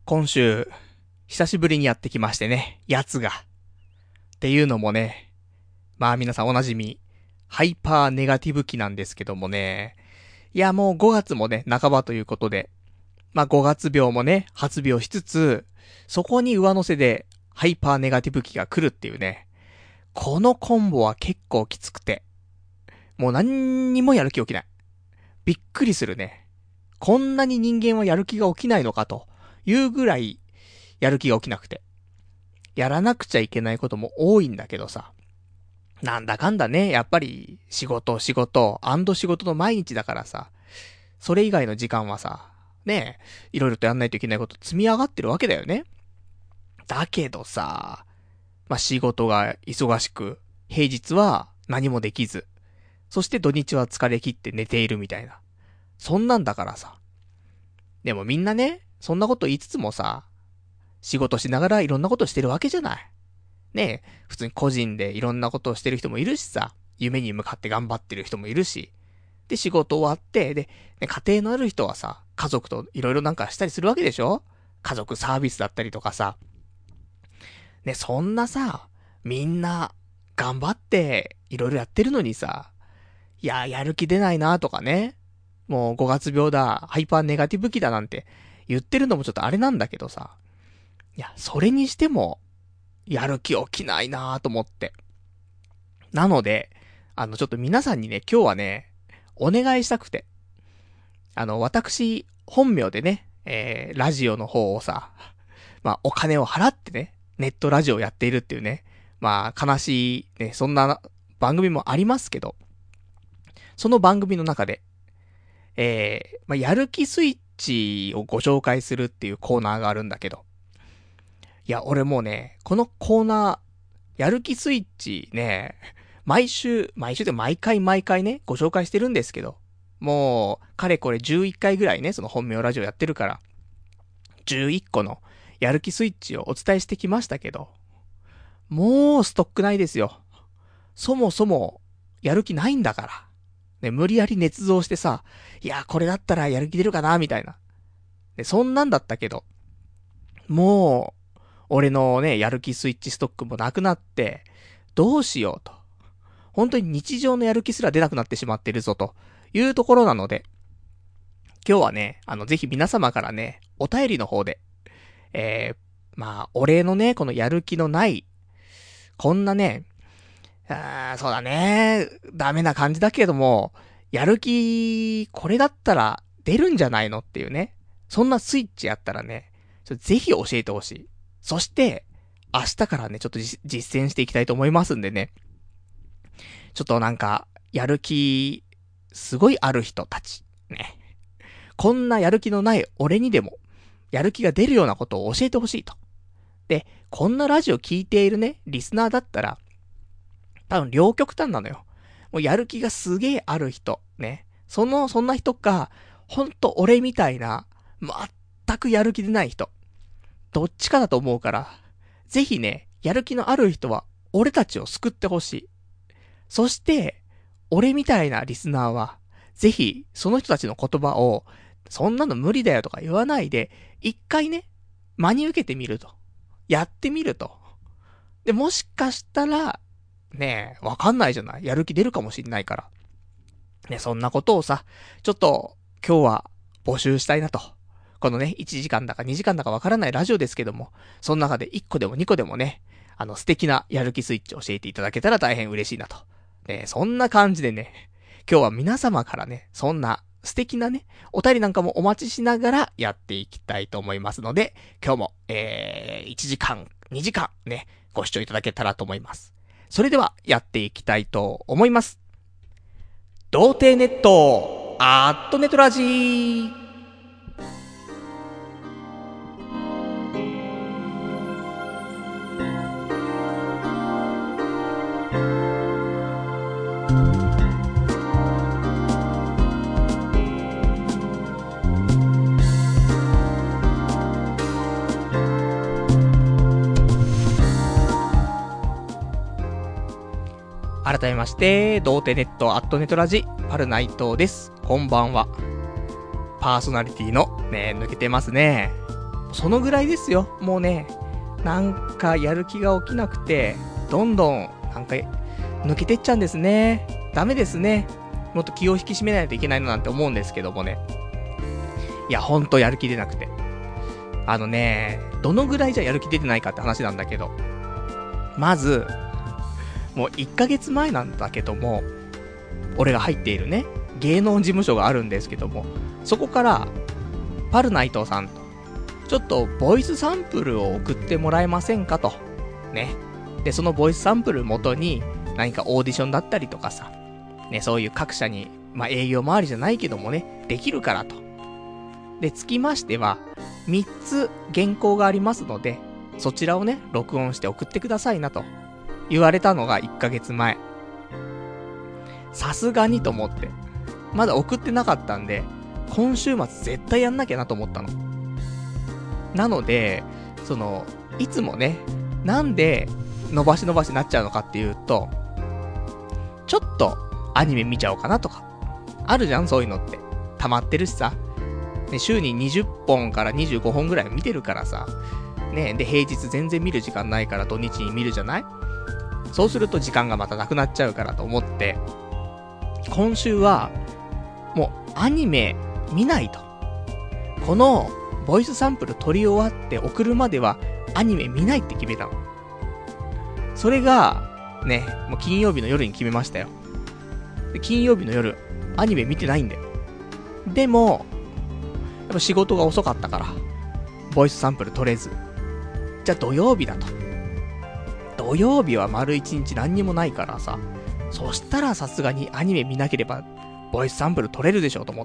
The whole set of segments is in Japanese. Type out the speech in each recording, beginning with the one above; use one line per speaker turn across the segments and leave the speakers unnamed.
今週、久しぶりにやってきましてね、やつが。っていうのもね、まあ皆さんおなじみ、ハイパーネガティブ期なんですけどもね、いやもう5月もね、半ばということで、まあ5月病もね、発病しつつ、そこに上乗せで、ハイパーネガティブ期が来るっていうね、このコンボは結構きつくて、もう何にもやる気起きない。びっくりするね。こんなに人間はやる気が起きないのかというぐらい、やる気が起きなくて。やらなくちゃいけないことも多いんだけどさ。なんだかんだね、やっぱり仕事、仕事の毎日だからさ。それ以外の時間はさ、ねいろいろとやんないといけないこと積み上がってるわけだよね。だけどさ、まあ、仕事が忙しく、平日は何もできず、そして土日は疲れ切って寝ているみたいな。そんなんだからさ。でもみんなね、そんなこと言いつつもさ、仕事しながらいろんなことしてるわけじゃない。ねえ、普通に個人でいろんなことをしてる人もいるしさ、夢に向かって頑張ってる人もいるし、で、仕事終わって、で、ね、家庭のある人はさ、家族といろいろなんかしたりするわけでしょ？家族サービスだったりとかさ。ね、そんなさ、みんな、頑張って、いろいろやってるのにさ、いや、やる気出ないなとかね、もう5月病だ、ハイパーネガティブ期だなんて言ってるのもちょっとあれなんだけどさ、いや、それにしても、やる気起きないなと思って。なので、ちょっと皆さんにね、今日はね、お願いしたくて。私、本名でね、ラジオの方をさ、まあ、お金を払ってね、ネットラジオをやっているっていうね、まあ、悲しい、ね、そんな番組もありますけど、その番組の中で、まあ、やる気スイッチをご紹介するっていうコーナーがあるんだけど、いや、俺もうね、このコーナー、やる気スイッチね、毎週で毎回ね、ご紹介してるんですけど、もう、かれこれ11回ぐらいね、その本名ラジオやってるから、11個のやる気スイッチをお伝えしてきましたけど、もうストックないですよ。そもそも、やる気ないんだから。ね、無理やり捏造してさ、いや、これだったらやる気出るかな、みたいな。で、そんなんだったけど、もう、俺のね、やる気スイッチストックもなくなって、どうしようと。本当に日常のやる気すら出なくなってしまっているぞというところなので、今日はね、ぜひ皆様からね、お便りの方で、まあ、お礼のね、このやる気のない、こんなね、そうだね、ダメな感じだけども、やる気、これだったら出るんじゃないのっていうね、そんなスイッチやったらね、ぜひ教えてほしい。そして、明日からね、ちょっと実践していきたいと思いますんでね、ちょっとなんか、やる気、すごいある人たち、ね。こんなやる気のない俺にでも、やる気が出るようなことを教えてほしいと。で、こんなラジオ聞いているね、リスナーだったら、多分両極端なのよ。もうやる気がすげえある人、ね。そんな人か、ほんと俺みたいな、全くやる気でない人。どっちかだと思うから、ぜひね、やる気のある人は、俺たちを救ってほしい。そして、俺みたいなリスナーは、ぜひ、その人たちの言葉を、そんなの無理だよとか言わないで、一回ね、真に受けてみると。やってみると。で、もしかしたら、ねえ、わかんないじゃない？やる気出るかもしんないから。ね、そんなことをさ、ちょっと、今日は募集したいなと。このね、1時間だか2時間だかわからないラジオですけども、その中で1個でも2個でもね、素敵なやる気スイッチを教えていただけたら大変嬉しいなと。そんな感じでね、今日は皆様からね、そんな素敵なね、お便りなんかもお待ちしながらやっていきたいと思いますので、今日も、1時間、2時間ね、ご視聴いただけたらと思います。それでは、やっていきたいと思います。童貞ネット、アットネトラジー。改めまして、童貞ネットアットネトラジパルナイトです。こんばんは。パーソナリティのね、抜けてますね。 そのぐらいですよ。もうね、なんかやる気が起きなくて、どんどん、なんか、抜けてっちゃうんですね。ダメですね。もっと気を引き締めないといけないななんて思うんですけどもね。いや、ほんとやる気出なくて。どのぐらいじゃやる気出てないかって話なんだけど。まず、もう1ヶ月前なんだけども、俺が入っているね、芸能事務所があるんですけども、そこから、パルナイトさんと、ちょっとボイスサンプルを送ってもらえませんかと。ね。で、そのボイスサンプル元に、何かオーディションだったりとかさ、ね、そういう各社に、営業周りじゃないけどもね、できるからと。で、つきましては、3つ原稿がありますので、そちらをね、録音して送ってくださいなと。言われたのが1ヶ月前。さすがにと思って。まだ送ってなかったんで、今週末絶対やんなきゃなと思ったの。なので、いつもね、なんで伸ばし伸ばしになっちゃうのかっていうと、ちょっとアニメ見ちゃおうかなとか。あるじゃん、そういうのって。溜まってるしさ。ね、週に20本から25本ぐらい見てるからさ。ね、で、平日全然見る時間ないから土日に見るじゃない？そうすると時間がまたなくなっちゃうからと思って、今週は、もうアニメ見ないと。このボイスサンプル撮り終わって送るまではアニメ見ないって決めたの。それが、ね、もう金曜日の夜に決めましたよ。で、金曜日の夜、アニメ見てないんだよ。でも、やっぱ仕事が遅かったから、ボイスサンプル撮れず。じゃあ土曜日だと。土曜日は丸一日何にもないからさ、そしたらさすがにアニメ見なければ、ボイスサンプル撮れるでしょうと思って。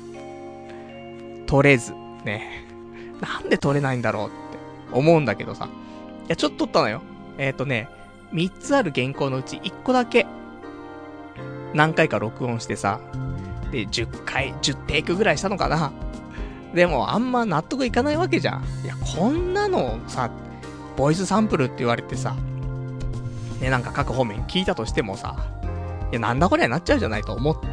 撮れず。ね。なんで撮れないんだろうって思うんだけどさ。いや、ちょっと撮ったのよ。3つある原稿のうち1個だけ、何回か録音してさ、で、10テイクぐらいしたのかな。でも、あんま納得いかないわけじゃん。いや、こんなのさ、ボイスサンプルって言われてさ、ね、なんか各方面聞いたとしてもさ、いや、なんだこりゃなっちゃうじゃないと思って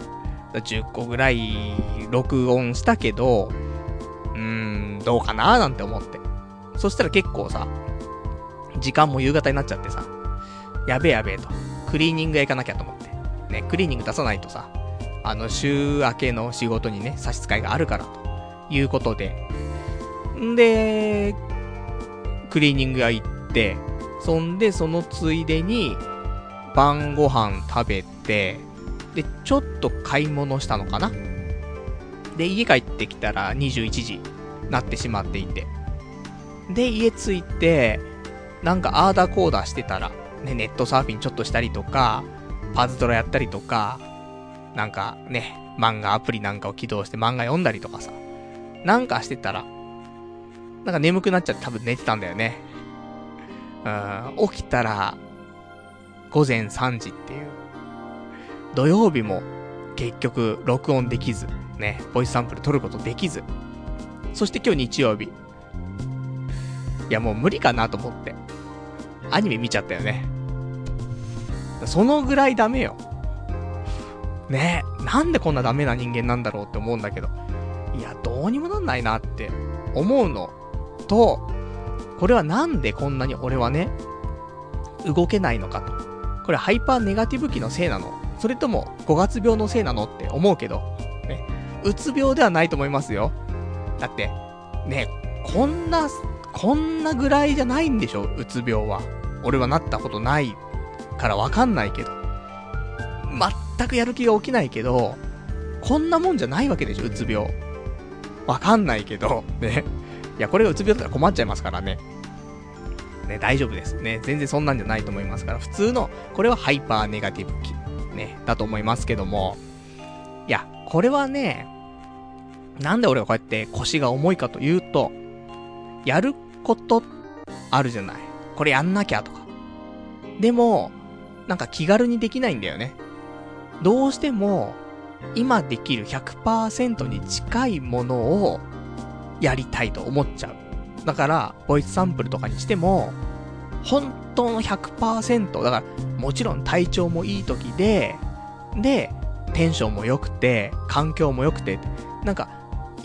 、10個ぐらい録音したけど、どうかなーなんて思って。そしたら結構さ、時間も夕方になっちゃってさ、やべえと、クリーニング屋行かなきゃと思って。ね、クリーニング出さないとさ、週明けの仕事にね、差し支えがあるからということで。んで、クリーニング屋行って、そんでそのついでに、晩ご飯食べて、で、ちょっと買い物したのかな。で、家帰ってきたら21時なってしまっていて。で、家着いて、なんかアーダーコーダーしてたら、ね、ネットサーフィンちょっとしたりとか、パズドラやったりとか、なんかね、漫画アプリなんかを起動して漫画読んだりとかさ、なんかしてたら、なんか眠くなっちゃって多分寝てたんだよね。起きたら、午前3時っていう。土曜日も結局録音できず、ね、ボイスサンプル撮ることできず。そして今日日曜日。いやもう無理かなと思って。アニメ見ちゃったよね。そのぐらいダメよ。ねえ、なんでこんなダメな人間なんだろうって思うんだけど。いや、どうにもなんないなって思うの。と、これはなんでこんなに俺はね、動けないのかと。これハイパーネガティブ期のせいなの？それとも5月病のせいなのって思うけど、ね、うつ病ではないと思いますよ。だって、ね、こんなぐらいじゃないんでしょ、うつ病は。俺はなったことないからわかんないけど。全くやる気が起きないけど、こんなもんじゃないわけでしょ、うつ病。わかんないけど、ね。いや、これがうつ病だったら困っちゃいますからね。ね、大丈夫ですね。全然そんなんじゃないと思いますから、普通の、これはハイパーネガティブ期、ね、だと思いますけども。いや、これはね、なんで俺がこうやって腰が重いかというと、やることあるじゃない。これやんなきゃとか。でも、なんか気軽にできないんだよね。どうしても、今できる 100% に近いものをやりたいと思っちゃう。だから、ボイスサンプルとかにしても、本当の 100%、だから、もちろん体調もいい時で、テンションも良くて、環境も良くて、なんか、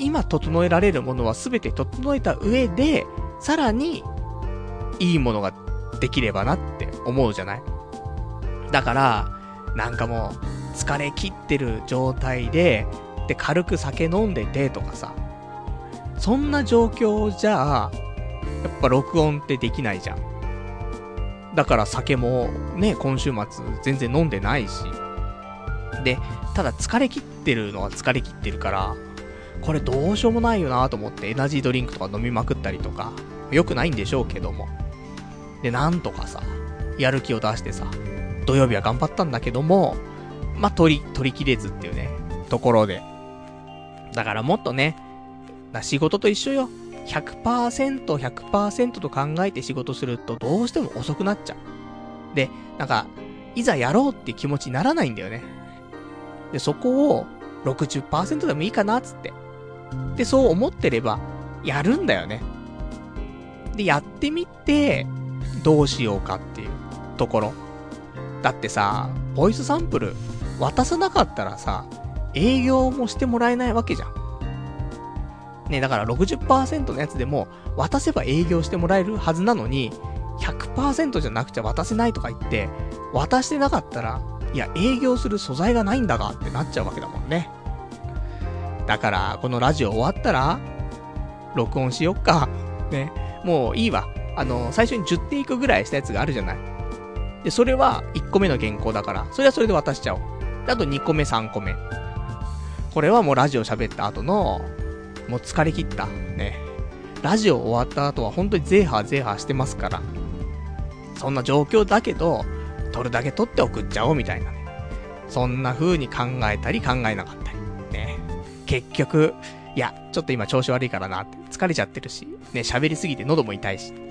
今整えられるものは全て整えた上で、さらに、いいものができればなって思うじゃない。だから、なんかもう、疲れ切ってる状態で、軽く酒飲んでてとかさ、そんな状況じゃあ、やっぱ録音ってできないじゃん。だから酒もね、今週末全然飲んでないし。で、ただ疲れ切ってるのは疲れ切ってるから、これどうしようもないよなと思ってエナジードリンクとか飲みまくったりとか、良くないんでしょうけども。で、なんとかさ、やる気を出してさ、土曜日は頑張ったんだけども、まあ、取り切れずっていうね、ところで。だからもっとね、仕事と一緒よ。100%、100% と考えて仕事するとどうしても遅くなっちゃう。で、なんか、いざやろうって気持ちにならないんだよね。で、そこを 60% でもいいかなっつって。で、そう思ってれば、やるんだよね。で、やってみて、どうしようかっていうところ。だってさ、ボイスサンプル渡さなかったらさ、営業もしてもらえないわけじゃん。ね、だから 60% のやつでも渡せば営業してもらえるはずなのに 100% じゃなくちゃ渡せないとか言って渡してなかったら、いや営業する素材がないんだがってなっちゃうわけだもんね。だからこのラジオ終わったら録音しよっかね。もういいわ。最初に10テイクぐらいしたやつがあるじゃない。でそれは1個目の原稿だから、それはそれで渡しちゃおう。あと2個目3個目、これはもうラジオ喋った後のもう疲れ切ったね、ラジオ終わった後は本当にゼーハーしてますから、そんな状況だけど撮るだけ撮って送っちゃおうみたいなね、そんな風に考えたり考えなかったりね。結局いやちょっと今調子悪いからなって、疲れちゃってるしね、喋りすぎて喉も痛いし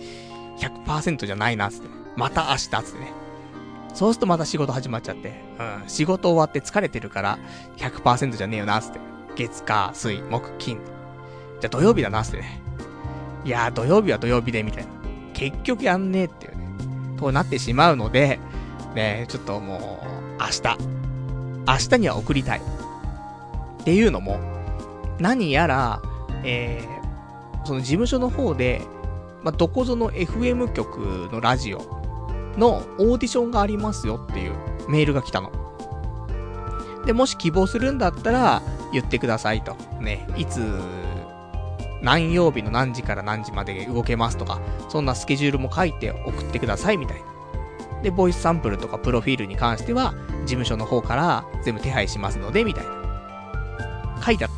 100% じゃないなっつって、また明日っつってね。そうするとまた仕事始まっちゃって、仕事終わって疲れてるから 100% じゃねえよなっつって、月火水木金、じゃあ土曜日だなっつってね、いやー土曜日は土曜日でみたいな、結局やんねえっていうね、となってしまうのでね、ちょっともう明日には送りたいっていうのも、何やらその事務所の方で、どこぞの FM 局のラジオのオーディションがありますよっていうメールが来たの。で、もし希望するんだったら言ってくださいと。ね、いつ、何曜日の何時から何時まで動けますとか、そんなスケジュールも書いて送ってくださいみたいな。で、ボイスサンプルとかプロフィールに関しては、事務所の方から全部手配しますので、みたいな。書いてあった。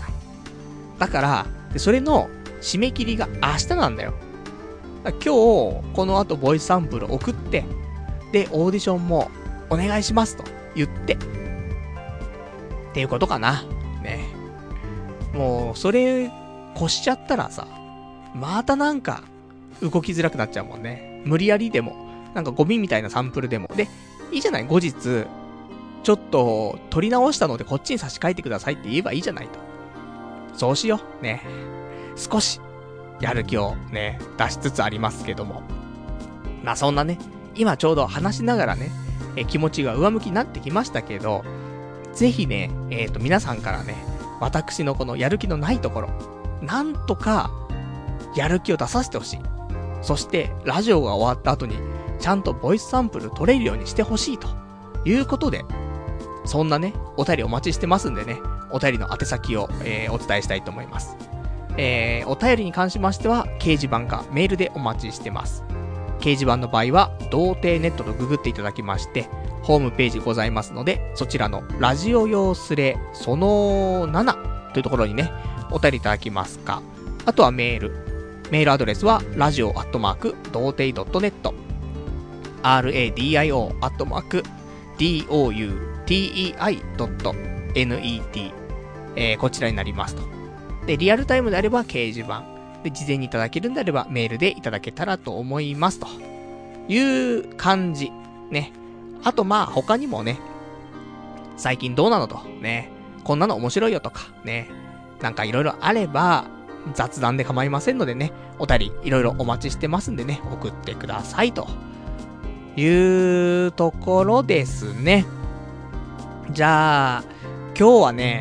だから、でそれの締め切りが明日なんだよ。今日、この後ボイスサンプル送って、で、オーディションもお願いしますと言って、っていうことかな。ね。もう、それ、越しちゃったらさ、またなんか、動きづらくなっちゃうもんね。無理やりでも、なんかゴミみたいなサンプルでも。で、いいじゃない、後日、ちょっと、取り直したのでこっちに差し替えてくださいって言えばいいじゃないと。そうしよう。ね。少し、やる気をね、出しつつありますけども。まあそんなね、今ちょうど話しながらね、気持ちが上向きになってきましたけど、ぜひね、皆さんからね、私のこのやる気のないところ、なんとか、やる気を出させてほしい。そして、ラジオが終わった後に、ちゃんとボイスサンプル取れるようにしてほしいということで、そんなね、お便りお待ちしてますんでね、お便りの宛先を、お伝えしたいと思います。お便りに関しましては、掲示板かメールでお待ちしてます。掲示板の場合は、童貞ネットとググっていただきまして、ホームページございますので、そちらのラジオ用スレその7というところにね、お便りいただきますか。あとはメールアドレスは、radio@doutei.net、radio@doutei.net、こちらになりますと。で、リアルタイムであれば掲示板。で、事前にいただけるんであればメールでいただけたらと思いますという感じ。ね。あと他にもね、最近どうなのと。ね。こんなの面白いよとか。ね。なんかいろいろあれば、雑談で構いませんのでね、お便りいろいろお待ちしてますんでね、送ってくださいというところですね。じゃあ、今日はね、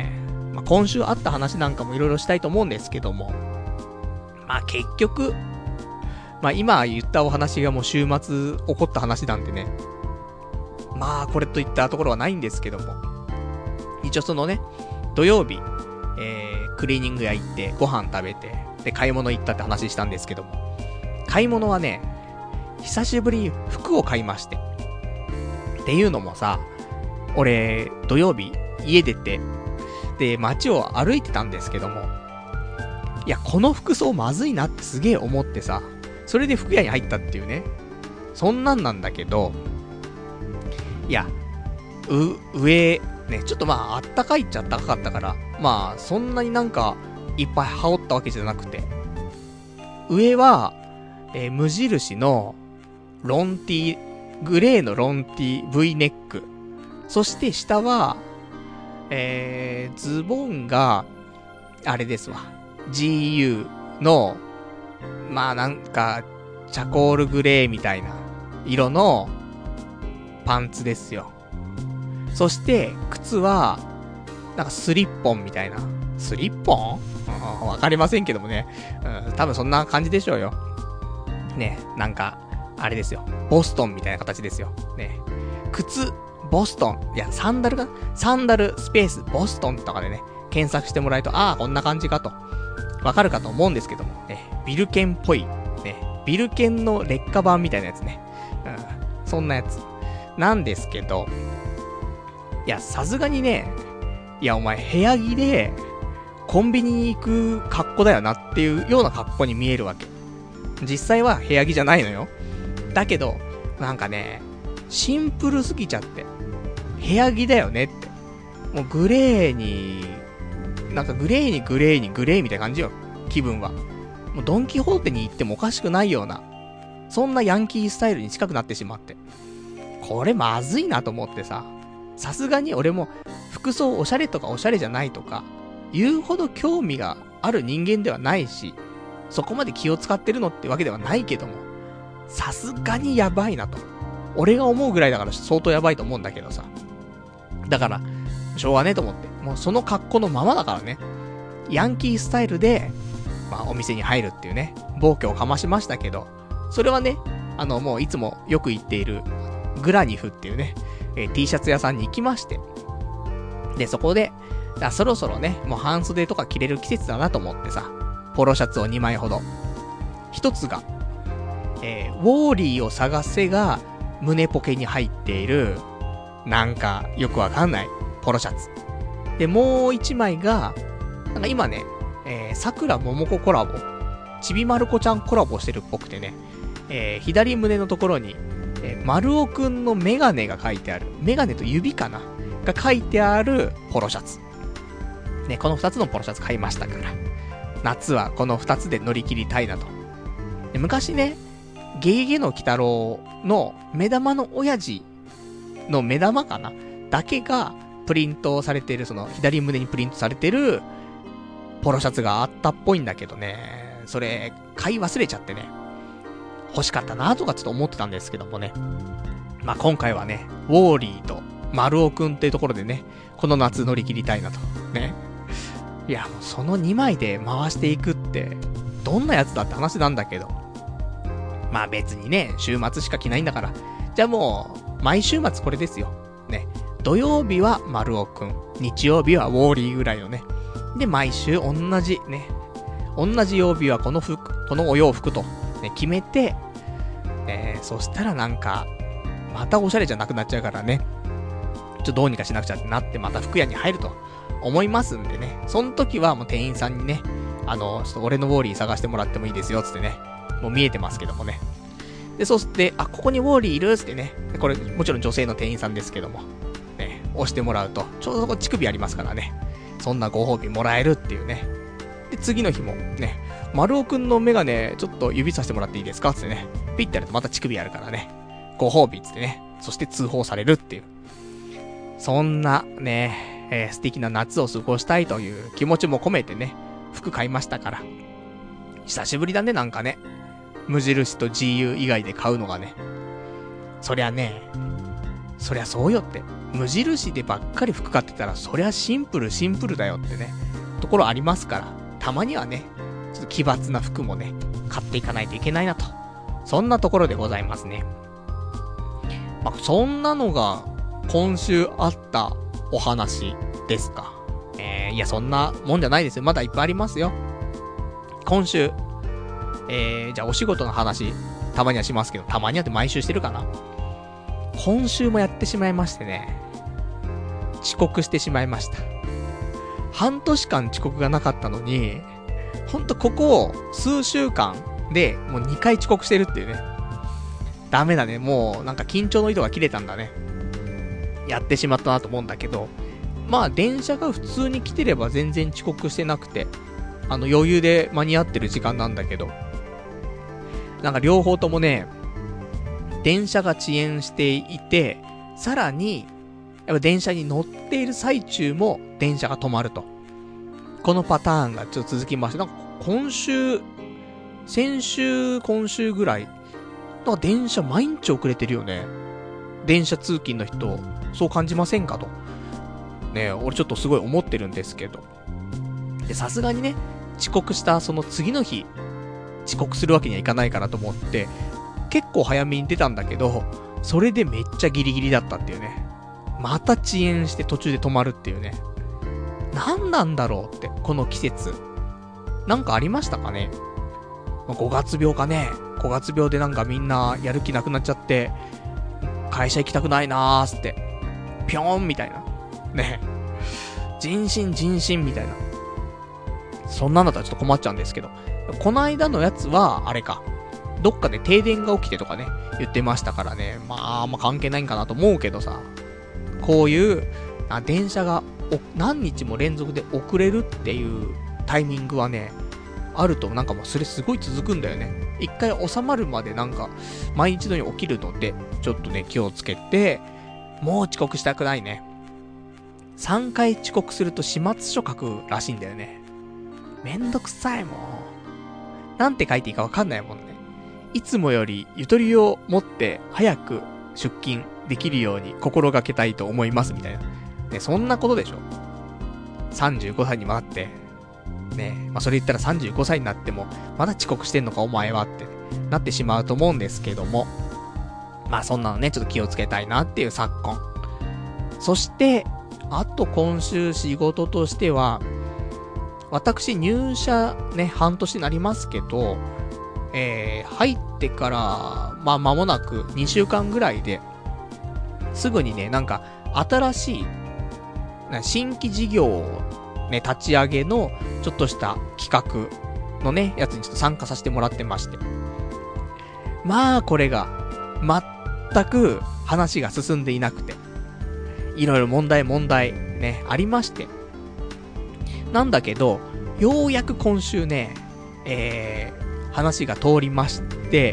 まあ、今週あった話なんかもいろいろしたいと思うんですけども、まあ結局、まあ今言ったお話がもう週末起こった話なんでね、まあこれといったところはないんですけども、一応そのね、土曜日、クリーニング屋行ってご飯食べて、で買い物行ったって話したんですけども、買い物はね、久しぶりに服を買いまして。っていうのもさ、俺、土曜日家出て、で、街を歩いてたんですけども、いや、この服装まずいなってすげえ思ってさ、それで服屋に入ったっていうね。そんなんなんだけど、いや、上、ね、ちょっとまあ、あったかいっちゃあったかかったから、まあ、そんなになんか、いっぱい羽織ったわけじゃなくて、上は、無印の、ロンティー、グレーのロンティー V ネック。そして下は、ズボンが、あれですわ。GU の、まあなんか、チャコールグレーみたいな色のパンツですよ。そして、靴は、なんかスリッポンみたいな。スリッポン？わかりませんけどもね。多分そんな感じでしょうよ。ね、なんか、あれですよ。ボストンみたいな形ですよ。ね。靴、ボストン。いや、サンダルスペース、ボストンとかでね、検索してもらえると、ああ、こんな感じかと。わかるかと思うんですけども、ね。ビルケンっぽい。ね。ビルケンの劣化版みたいなやつね。そんなやつ。なんですけど、いや、さすがにね、いや、お前、部屋着で、コンビニに行く格好だよなっていうような格好に見えるわけ。実際は部屋着じゃないのよ。だけど、なんかね、シンプルすぎちゃって、部屋着だよねって。もうグレーに、なんかグレーみたいな感じよ。気分は。もうドンキホーテに行ってもおかしくないような、そんなヤンキースタイルに近くなってしまって。これまずいなと思ってさ、さすがに俺も服装おしゃれとかおしゃれじゃないとか、言うほど興味がある人間ではないし、そこまで気を使ってるのってわけではないけども、さすがにやばいなと。俺が思うぐらいだから相当やばいと思うんだけどさ。だから、しょうがねえと思って。もうその格好のままだからね。ヤンキースタイルで、まあお店に入るっていうね、暴挙をかましましたけど、それはね、もういつもよく行っている、グラニフっていうね、T シャツ屋さんに行きまして。で、そこで、そろそろね、もう半袖とか着れる季節だなと思ってさ、ポロシャツを2枚ほど。一つが、ウォーリーを探せが胸ポケに入っている、なんかよくわかんないポロシャツ。で、もう一枚が、なんか今ね、桜ももこコラボ、ちびまる子ちゃんコラボしてるっぽくてね、左胸のところに、丸尾くんのメガネが書いてある、メガネと指かなが書いてあるポロシャツ。ね、この2つのポロシャツ買いましたから。夏はこの2つで乗り切りたいなと。で昔ね、ゲゲゲの鬼太郎の目玉の親父の目玉かなだけがプリントされてる、その左胸にプリントされてるポロシャツがあったっぽいんだけどね、それ買い忘れちゃってね、欲しかったなとかちょっと思ってたんですけどもね。まあ今回はね、ウォーリーと丸尾くんっていうところでね、この夏乗り切りたいなと。ね。いや、もうその2枚で回していくって、どんなやつだって話なんだけど。まあ別にね、週末しか着ないんだから。じゃあもう、毎週末これですよ。ね。土曜日は丸尾くん。日曜日はウォーリーぐらいのね。で、毎週同じね。同じ曜日はこの服、このお洋服と、ね、決めて、そしたらなんか、またおしゃれじゃなくなっちゃうからね。どうにかしなくちゃってなってまた服屋に入ると思いますんでね。その時はもう店員さんにね、ちょっと俺のウォーリー探してもらってもいいですよつってね。もう見えてますけどもね。で、そして、ここにウォーリーいるつってね。これもちろん女性の店員さんですけども。ね、押してもらうと、ちょうどそこ乳首ありますからね。そんなご褒美もらえるっていうね。で、次の日もね、丸尾くんのメガネちょっと指さしてもらっていいですかつってね。ピッてやるとまた乳首あるからね。ご褒美つってね。そして通報されるっていう。そんなね、素敵な夏を過ごしたいという気持ちも込めてね、服買いましたから。久しぶりだね、なんかね。無印と GU 以外で買うのがね。そりゃそうよって。 無印でばっかり服買ってたら、そりゃシンプルだよってね、ところありますから、たまにはね、ちょっと奇抜な服もね、買っていかないといけないなと。そんなところでございますね。まあ、そんなのが、今週あったお話ですか。いや、そんなもんじゃないですよ。まだいっぱいありますよ。今週、じゃあお仕事の話、たまにはしますけど、たまにはって毎週してるかな。今週もやってしまいましてね。遅刻してしまいました。半年間遅刻がなかったのに、ほんとここ数週間でもう2回遅刻してるっていうね。ダメだね。もうなんか緊張の糸が切れたんだね。やってしまったなと思うんだけど、まあ電車が普通に来てれば全然遅刻してなくて、余裕で間に合ってる時間なんだけど、なんか両方ともね、電車が遅延していて、さらに、やっぱ電車に乗っている最中も電車が止まると。このパターンがちょっと続きまして、なんか先週、今週ぐらい、なんか電車毎日遅れてるよね。電車通勤の人、そう感じませんかと。ねえ、俺ちょっとすごい思ってるんですけど。で、さすがにね、遅刻したその次の日、遅刻するわけにはいかないからと思って、結構早めに出たんだけど、それでめっちゃギリギリだったっていうね。また遅延して途中で止まるっていうね。何なんだろうって、この季節。なんかありましたかね。5月病かね。5月病でなんかみんなやる気なくなっちゃって、会社行きたくないなーって、ぴょーんみたいな。ね。人心みたいな。そんなんだったらちょっと困っちゃうんですけど。この間のやつは、あれか。どっかで停電が起きてとかね、言ってましたからね。まあ、あんま関係ないんかなと思うけどさ。こういう、電車が何日も連続で遅れるっていうタイミングはね、あるとなんかもうそれすごい続くんだよね。一回収まるまでなんか、毎日のように起きるので、ちょっとね、気をつけて、もう遅刻したくないね。3回遅刻すると始末書書くらしいんだよね。めんどくさいもん。なんて書いていいかわかんないもんね。いつもよりゆとりを持って早く出勤できるように心がけたいと思いますみたいな。ね、そんなことでしょ。35歳にもなって、ね、まあそれ言ったら35歳になっても、まだ遅刻してんのかお前はって、なってしまうと思うんですけども。まあそんなのね、ちょっと気をつけたいなっていう昨今。そして、あと今週仕事としては、私入社ね、半年になりますけど、入ってから、まあ間もなく2週間ぐらいで、すぐにね、なんか新しい、新規事業をね、立ち上げのちょっとした企画のね、やつにちょっと参加させてもらってまして。まあこれが、全く話が進んでいなくて、いろいろ問題ね、ありまして。なんだけど、ようやく今週ね、話が通りまして、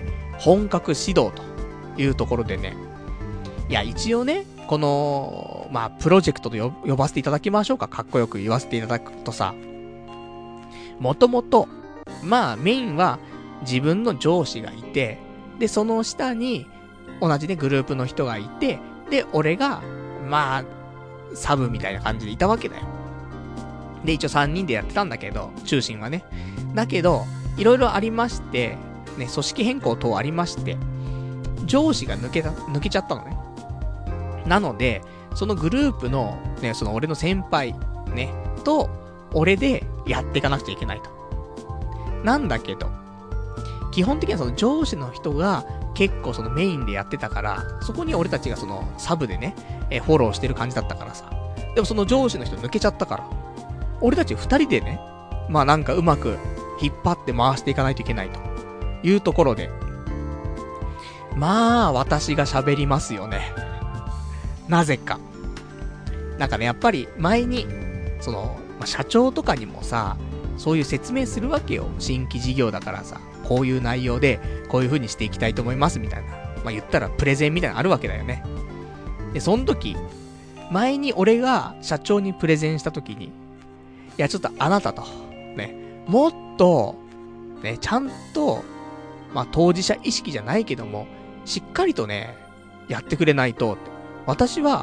本格始動というところでね、いや、一応ね、この、まあ、プロジェクトと呼ばせていただきましょうか。かっこよく言わせていただくとさ、もともと、まあ、メインは自分の上司がいて、で、その下に、同じね、グループの人がいて、で、俺が、まあ、サブみたいな感じでいたわけだよ。で、一応3人でやってたんだけど、中心はね。だけど、いろいろありまして、ね、組織変更等ありまして、上司が抜けちゃったのね。なので、そのグループの、ね、その俺の先輩、ね、と、俺でやっていかなくちゃいけないと。なんだけど、基本的にはその上司の人が結構そのメインでやってたから、そこに俺たちがそのサブでね、フォローしてる感じだったからさ。でもその上司の人抜けちゃったから、俺たち二人でね、まあなんかうまく引っ張って回していかないといけないというところで、まあ私が喋りますよね。なぜか。なんかね、やっぱり前に、その、まあ、社長とかにもさ、そういう説明するわけよ。新規事業だからさ、こういう内容で、こういう風にしていきたいと思いますみたいな。まあ言ったらプレゼンみたいなのあるわけだよね。で、その時、前に俺が社長にプレゼンした時に、いやちょっとあなたと、ね、もっと、ね、ちゃんと、まあ当事者意識じゃないけども、しっかりとね、やってくれないと、私は、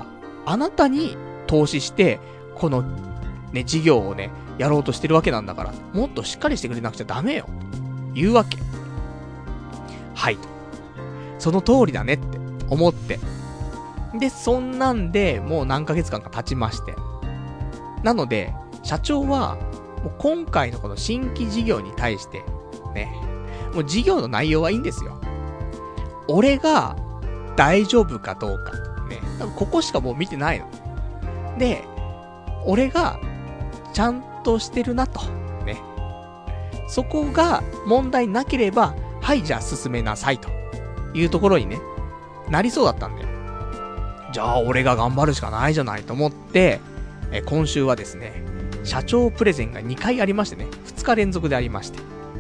あなたに投資して、このね、事業をね、やろうとしてるわけなんだから、もっとしっかりしてくれなくちゃダメよ。言うわけ。はいと。その通りだねって思って。で、そんなんで、もう何ヶ月間か経ちまして。なので、社長は、もう今回のこの新規事業に対して、ね、もう事業の内容はいいんですよ。俺が大丈夫かどうか。ね、多分ここしかもう見てないの。で、俺がちゃんとしてるなと。ね。そこが問題なければ、はい、じゃあ進めなさいというところにね、なりそうだったんだよ。じゃあ俺が頑張るしかないじゃないと思って、今週はですね、社長プレゼンが2回ありましてね、2日連続でありまして。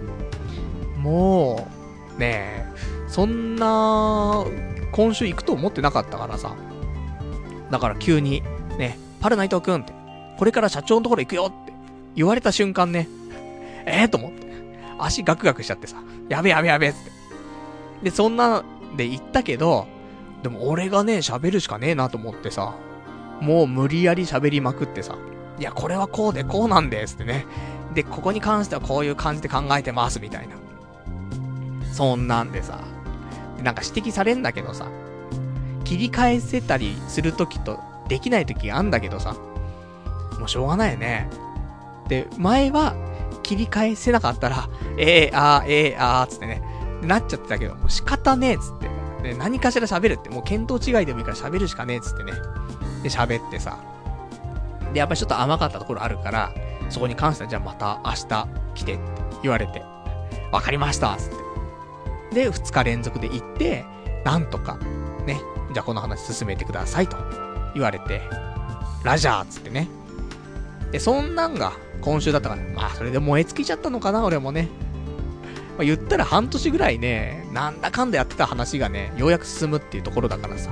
もう、ねえ、そんな、今週行くと思ってなかったからさ。だから急に、ね、パルナイトくんって、これから社長のところ行くよって言われた瞬間ね、と思って。足ガクガクしちゃってさ、やべえって。で、そんなで行ったけど、でも俺がね、喋るしかねえなと思ってさ、もう無理やり喋りまくってさ、いや、これはこうでこうなんですってね。で、ここに関してはこういう感じで考えてますみたいな。そんなんでさ、なんか指摘されんだけどさ、切り返せたりするときとできないときがあんだけどさ、もうしょうがないよね。で、前は切り返せなかったら、つってね、なっちゃってたけど、もう仕方ねえっつって。で、何かしら喋るって、もう見当違いでもいいから喋るしかねえっつってね。で、喋ってさ。で、やっぱりちょっと甘かったところあるから、そこに関してはじゃあまた明日来てって言われて、わかりましたっつって。で、2日連続で行って、なんとか、ね、じゃあこの話進めてくださいと言われて、ラジャーっつってね。で、そんなんが今週だったから、まあそれで燃え尽きちゃったのかな、俺もね。まあ、言ったら半年ぐらいね、なんだかんだやってた話がね、ようやく進むっていうところだからさ。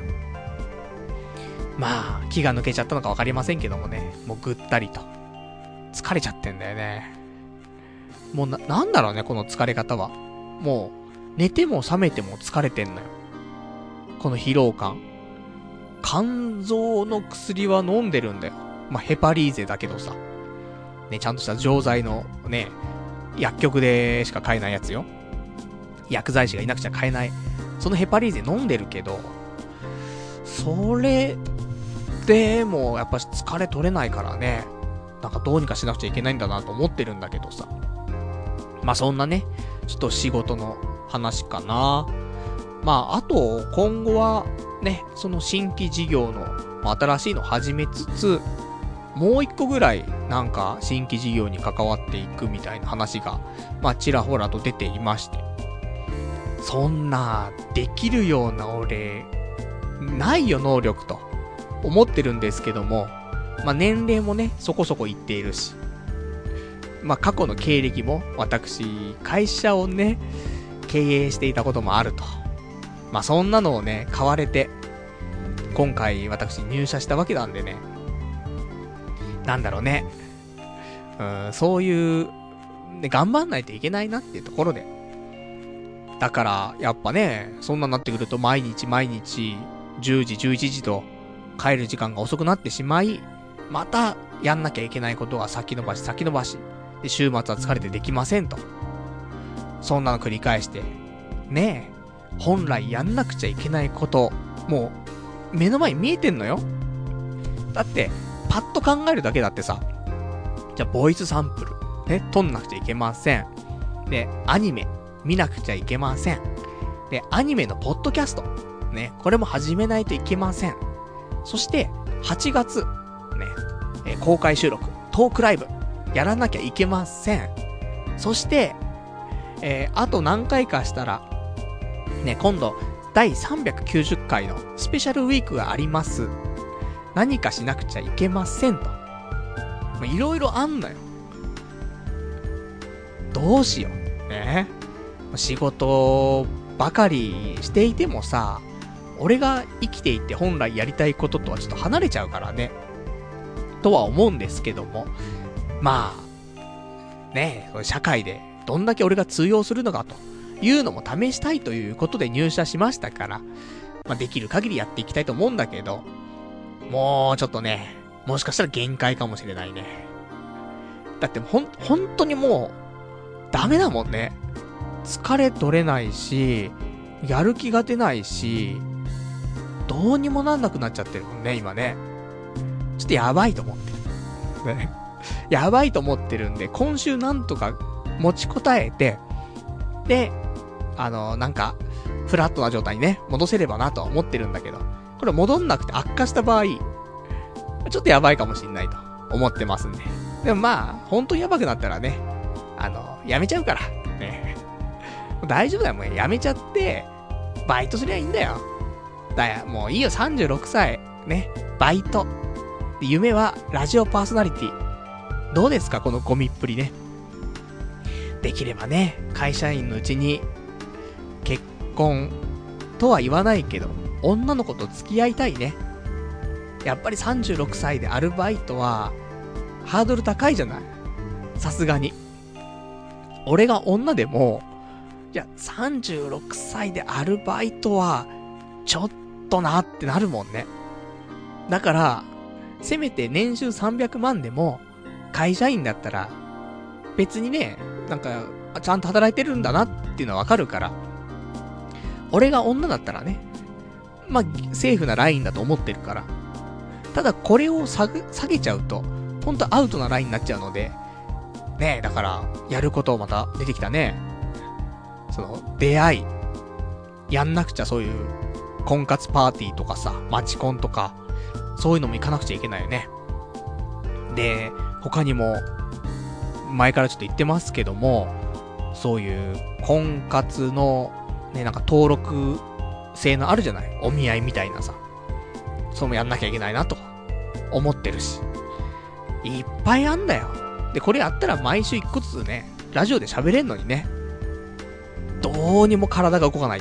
まあ、気が抜けちゃったのかわかりませんけどもね、もうぐったりと。疲れちゃってんだよね。もうなんだろうね、この疲れ方は。もう、寝ても覚めても疲れてんのよ。この疲労感。肝臓の薬は飲んでるんだよ。まあ、ヘパリーゼだけどさ。ね、ちゃんとした錠剤のね、薬局でしか買えないやつよ。薬剤師がいなくちゃ買えない。そのヘパリーゼ飲んでるけど、それでもやっぱ疲れ取れないからね。なんかどうにかしなくちゃいけないんだなと思ってるんだけどさ。まあそんなね、ちょっと仕事の話かな。まああと今後はね、その新規事業の新しいの始めつつ、もう一個ぐらいなんか新規事業に関わっていくみたいな話がまあちらほらと出ていまして、そんなできるような俺ないよ能力と思ってるんですけども、まあ年齢もねそこそこいっているし、まあ過去の経歴も私会社をね経営していたこともあると、まあそんなのをね買われて今回私入社したわけなんでね、なんだろうね、そういう、ね、頑張んないといけないなっていうところで。だから、やっぱね、そんなになってくると毎日10時、11時と帰る時間が遅くなってしまい、またやんなきゃいけないことが先延ばし。で、週末は疲れてできませんと。そんなの繰り返して、ねえ、本来やんなくちゃいけないこと、もう、目の前に見えてんのよ。だって、パッと考えるだけだってさ、じゃあボイスサンプルね撮んなくちゃいけません。でアニメ見なくちゃいけません。でアニメのポッドキャストね、これも始めないといけません。そして8月ね、公開収録トークライブやらなきゃいけません。そしてあと何回かしたらね、今度第390回のスペシャルウィークがあります。何かしなくちゃいけませんと。いろいろあんのよ。どうしよう。ね。仕事ばかりしていてもさ、俺が生きていて本来やりたいこととはちょっと離れちゃうからね。とは思うんですけども。まあ、ね、社会でどんだけ俺が通用するのかというのも試したいということで入社しましたから、まあできる限りやっていきたいと思うんだけど、 もうちょっとね、もしかしたら限界かもしれないね。だって本当にもう、ダメだもんね。疲れ取れないし、やる気が出ないし、どうにもなんなくなっちゃってるもんね、今ね。ちょっとやばいと思ってる。ね。やばいと思ってるんで、今週なんとか持ちこたえて、で、なんか、フラットな状態にね、戻せればなとは思ってるんだけど、これ戻んなくて悪化した場合、ちょっとやばいかもしんないと思ってますんで。でもまあ、本当にやばくなったらね、やめちゃうから、ね。大丈夫だよ、もうやめちゃって、バイトすりゃいいんだよ。もういいよ、36歳、ね、バイト。夢は、ラジオパーソナリティ。どうですか、このゴミっぷりね。できればね、会社員のうちに、結婚とは言わないけど、女の子と付き合いたいね。やっぱり36歳でアルバイトは、ハードル高いじゃない。さすがに。俺が女でも、いや、36歳でアルバイトは、ちょっとなってなるもんね。だから、せめて年収300万でも、会社員だったら、別にね、なんか、ちゃんと働いてるんだなっていうのはわかるから、俺が女だったらね、まあ、セーフなラインだと思ってるから。ただこれを下げちゃうと、ほんとアウトなラインになっちゃうので、ねえ、だから、やることまた出てきたね。出会い。やんなくちゃそういう、婚活パーティーとかさ、マチコンとか、そういうのも行かなくちゃいけないよね。で、他にも、前からちょっと言ってますけども、そういう婚活のね、なんか登録制のあるじゃない、お見合いみたいなさ、それもやんなきゃいけないなと思ってるし、いっぱいあんだよ。でこれやったら毎週一個ずつね、ラジオで喋れんのにね、どうにも体が動かないって、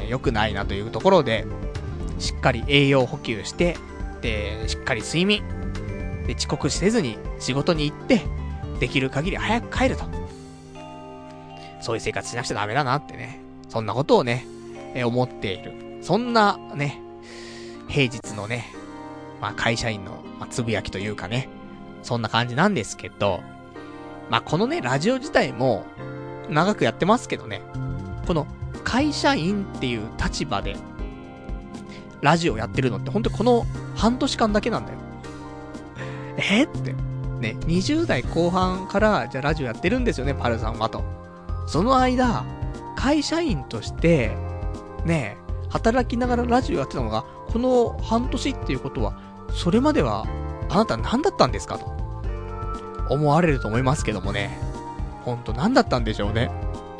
良くないなというところで、しっかり栄養補給して、でしっかり睡眠で、遅刻せずに仕事に行って、できる限り早く帰ると。そういう生活しなくちゃダメだなってね。そんなことをね、思っている。そんなね、平日のね、まあ会社員の、つぶやきというかね、そんな感じなんですけど、まあこのね、ラジオ自体も長くやってますけどね、この会社員っていう立場で、ラジオやってるのって本当にこの半年間だけなんだよ。って。ね、20代後半から、じゃあラジオやってるんですよね、パルさんはと。その間、会社員として、ね、働きながらラジオやってたのが、この半年っていうことは、それまでは、あなた何だったんですかと。思われると思いますけどもね。ほんと何だったんでしょうね。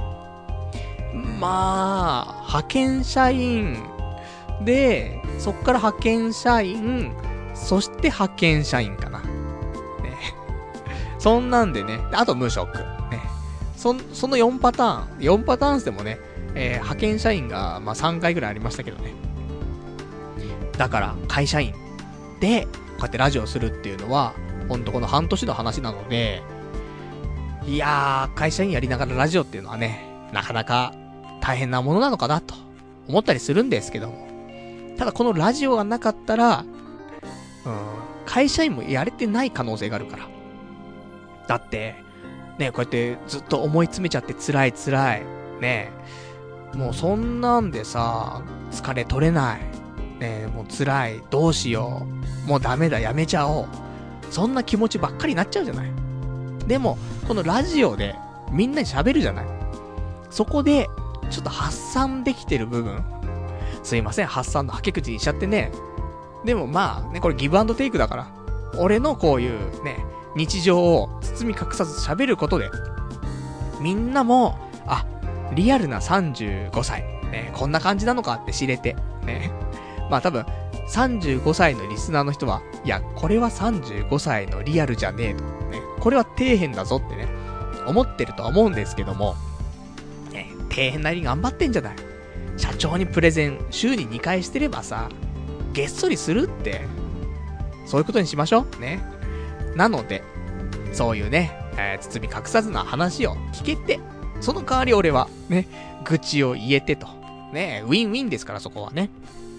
まあ、派遣社員で、そっから派遣社員、そして派遣社員かな。ね。そんなんでね、あと無職。ね。その4パターン。4パターンでもね、派遣社員が、まあ、3回ぐらいありましたけどね。だから、会社員で、こうやってラジオするっていうのは、ほんとこの半年の話なので、いやー、会社員やりながらラジオっていうのはね、なかなか大変なものなのかなと思ったりするんですけども。ただこのラジオがなかったら、会社員もやれてない可能性があるから。だって、ね、こうやってずっと思い詰めちゃって辛い。ね、もうそんなんでさ、疲れ取れない。ね、もう辛い。どうしよう。もうダメだ、やめちゃおう。そんな気持ちばっかりになっちゃうじゃない。でも、このラジオでみんなに喋るじゃない。そこで、ちょっと発散できてる部分。すいません、発散のはけ口にしちゃってね。でもまあね、これギブアンドテイクだから。俺のこういうね、日常を包み隠さず喋ることで、みんなも、あ、リアルな35歳。ね、こんな感じなのかって知れて。ね。まあ多分、35歳のリスナーの人は、いや、これは35歳のリアルじゃねえと。ね。これは底辺だぞってね、思ってるとは思うんですけども、ね、底辺なりに頑張ってんじゃない。社長にプレゼン、週に2回してればさ、げっそりするって、そういうことにしましょう。ね。なので、そういうね、包み隠さずな話を聞けて、その代わり俺は、ね、愚痴を言えてと。ね、ウィンウィンですから、そこはね。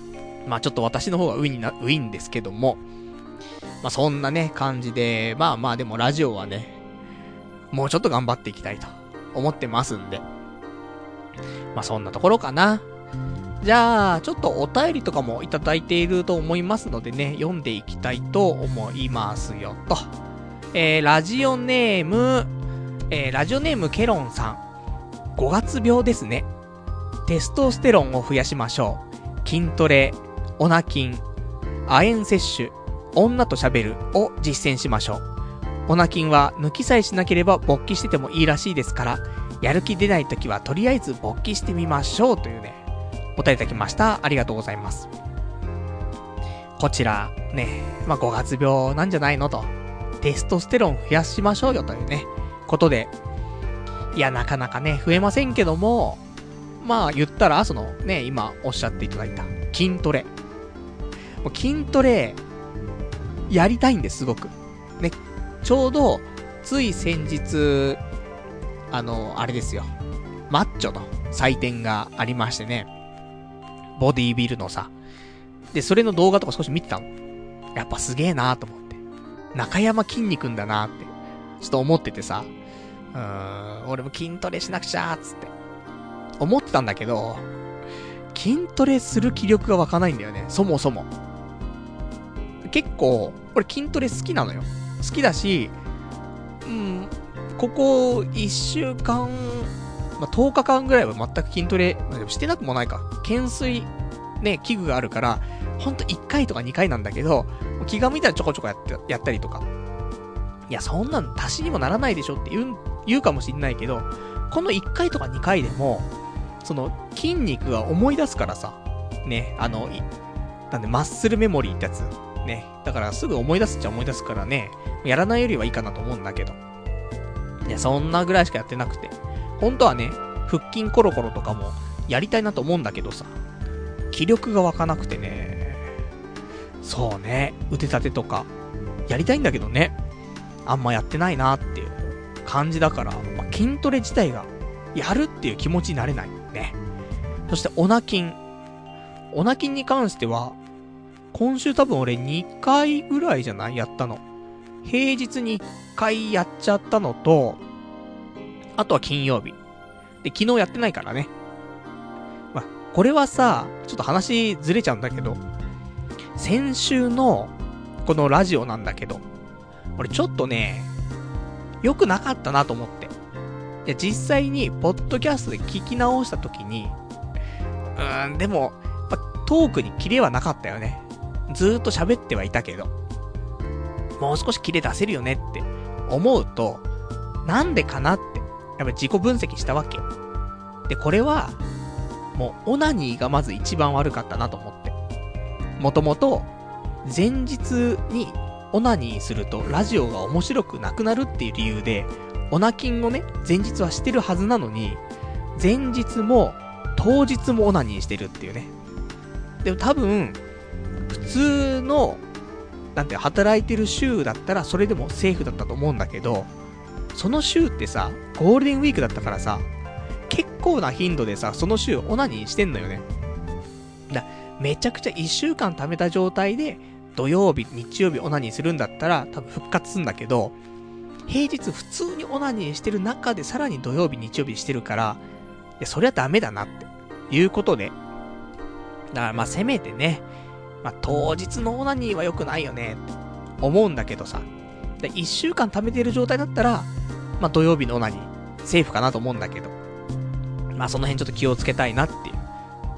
まあちょっと私の方がウィンですけども、まあそんなね、感じで、まあまあでもラジオはね、もうちょっと頑張っていきたいと思ってますんで。まあそんなところかな。じゃあ、ちょっとお便りとかもいただいていると思いますのでね、読んでいきたいと思いますよと。ラジオネームケロンさん。5月病ですね。テストステロンを増やしましょう。筋トレ、オナ筋、亜鉛摂取、女と喋るを実践しましょう。オナ筋は抜きさえしなければ勃起しててもいいらしいですから、やる気出ないときはとりあえず勃起してみましょうというね、お答えいただきました。ありがとうございます。こちら、ね、まあ、5月病なんじゃないのと。テストステロン増やしましょうよというね、ことで。いや、なかなかね、増えませんけども、まあ、言ったら、そのね、今おっしゃっていただいた筋トレ。もう筋トレ、やりたいんです、すごく。ね、ちょうど、つい先日、あれですよ。マッチョの祭典がありましてね。ボディービルのさ。で、それの動画とか少し見てたの。やっぱすげえなーと思って。中山筋肉んだなーって、ちょっと思っててさ。俺も筋トレしなくちゃーつって。思ってたんだけど、筋トレする気力が湧かないんだよね。そもそも。結構、俺筋トレ好きなのよ。好きだし、ここ1週間、まあ、10日間ぐらいは全く筋トレ、してなくもないか。懸垂、ね、器具があるから、ほんと1回とか2回なんだけど、気が向いたらちょこちょこやったりとか。いや、そんなん足しにもならないでしょって言うかもしんないけど、この1回とか2回でも、その筋肉が思い出すからさ、ね、なんでマッスルメモリーってやつ、ね、だからすぐ思い出すっちゃ思い出すからね、やらないよりはいいかなと思うんだけど。いや、そんなぐらいしかやってなくて。本当はね、腹筋コロコロとかもやりたいなと思うんだけどさ、気力が湧かなくてね。そうね、腕立てとか、やりたいんだけどね、あんまやってないなっていう感じだから、まあ、筋トレ自体がやるっていう気持ちになれないね。そしてオナ筋に関しては、今週多分俺2回ぐらいじゃない？やったの。平日に1回やっちゃったのと、あとは金曜日。で、昨日やってないからね。まあ、これはさ、ちょっと話ずれちゃうんだけど、先週のこのラジオなんだけど、俺ちょっとね、良くなかったなと思って。いや、実際にポッドキャストで聞き直した時に、でも、トークにキレはなかったよね。ずーっと喋ってはいたけど、もう少しキレ出せるよねって思うと、なんでかなって、やっぱり自己分析したわけ。で、これは、もうオナニーがまず一番悪かったなと思って。もともと、前日にオナニーするとラジオが面白くなくなるっていう理由で、オナキンをね、前日はしてるはずなのに、前日も当日もオナニーしてるっていうね。でも多分、普通の、なんて働いてる週だったらそれでもセーフだったと思うんだけど、その週ってさ、ゴールデンウィークだったからさ、結構な頻度でさ、その週オナニーしてんのよね。めちゃくちゃ1週間貯めた状態で、土曜日、日曜日オナニーするんだったら多分復活するんだけど、平日普通にオナニーしてる中でさらに土曜日、日曜日してるから、いや、そりゃダメだなっていうことで、だからまあせめてね、まあ当日のオナニーは良くないよねって思うんだけどさ、で1週間貯めてる状態だったら、まあ土曜日のオナニーセーフかなと思うんだけど、まあその辺ちょっと気をつけたいなっていう、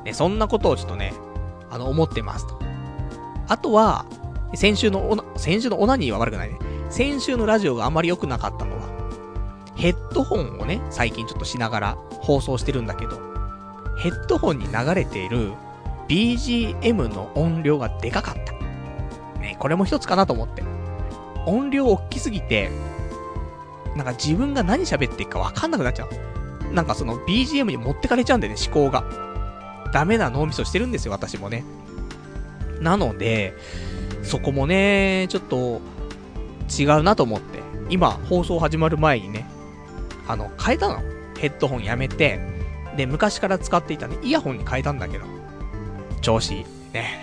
ね、そんなことをちょっとね、思ってますと。あとは、先週のオナニーは悪くないね。先週のラジオがあんまり良くなかったのは、ヘッドホンをね、最近ちょっとしながら放送してるんだけど、ヘッドホンに流れている BGM の音量がでかかった。ね、これも一つかなと思って。音量大きすぎて、なんか自分が何喋っていくかわかんなくなっちゃう。なんかその BGM に持ってかれちゃうんだよね、思考が。ダメな脳みそしてるんですよ、私もね。なので、そこもね、ちょっと違うなと思って、今放送始まる前にね、変えたの。ヘッドホンやめて、で、昔から使っていたね、イヤホンに変えたんだけど、調子いい。ね。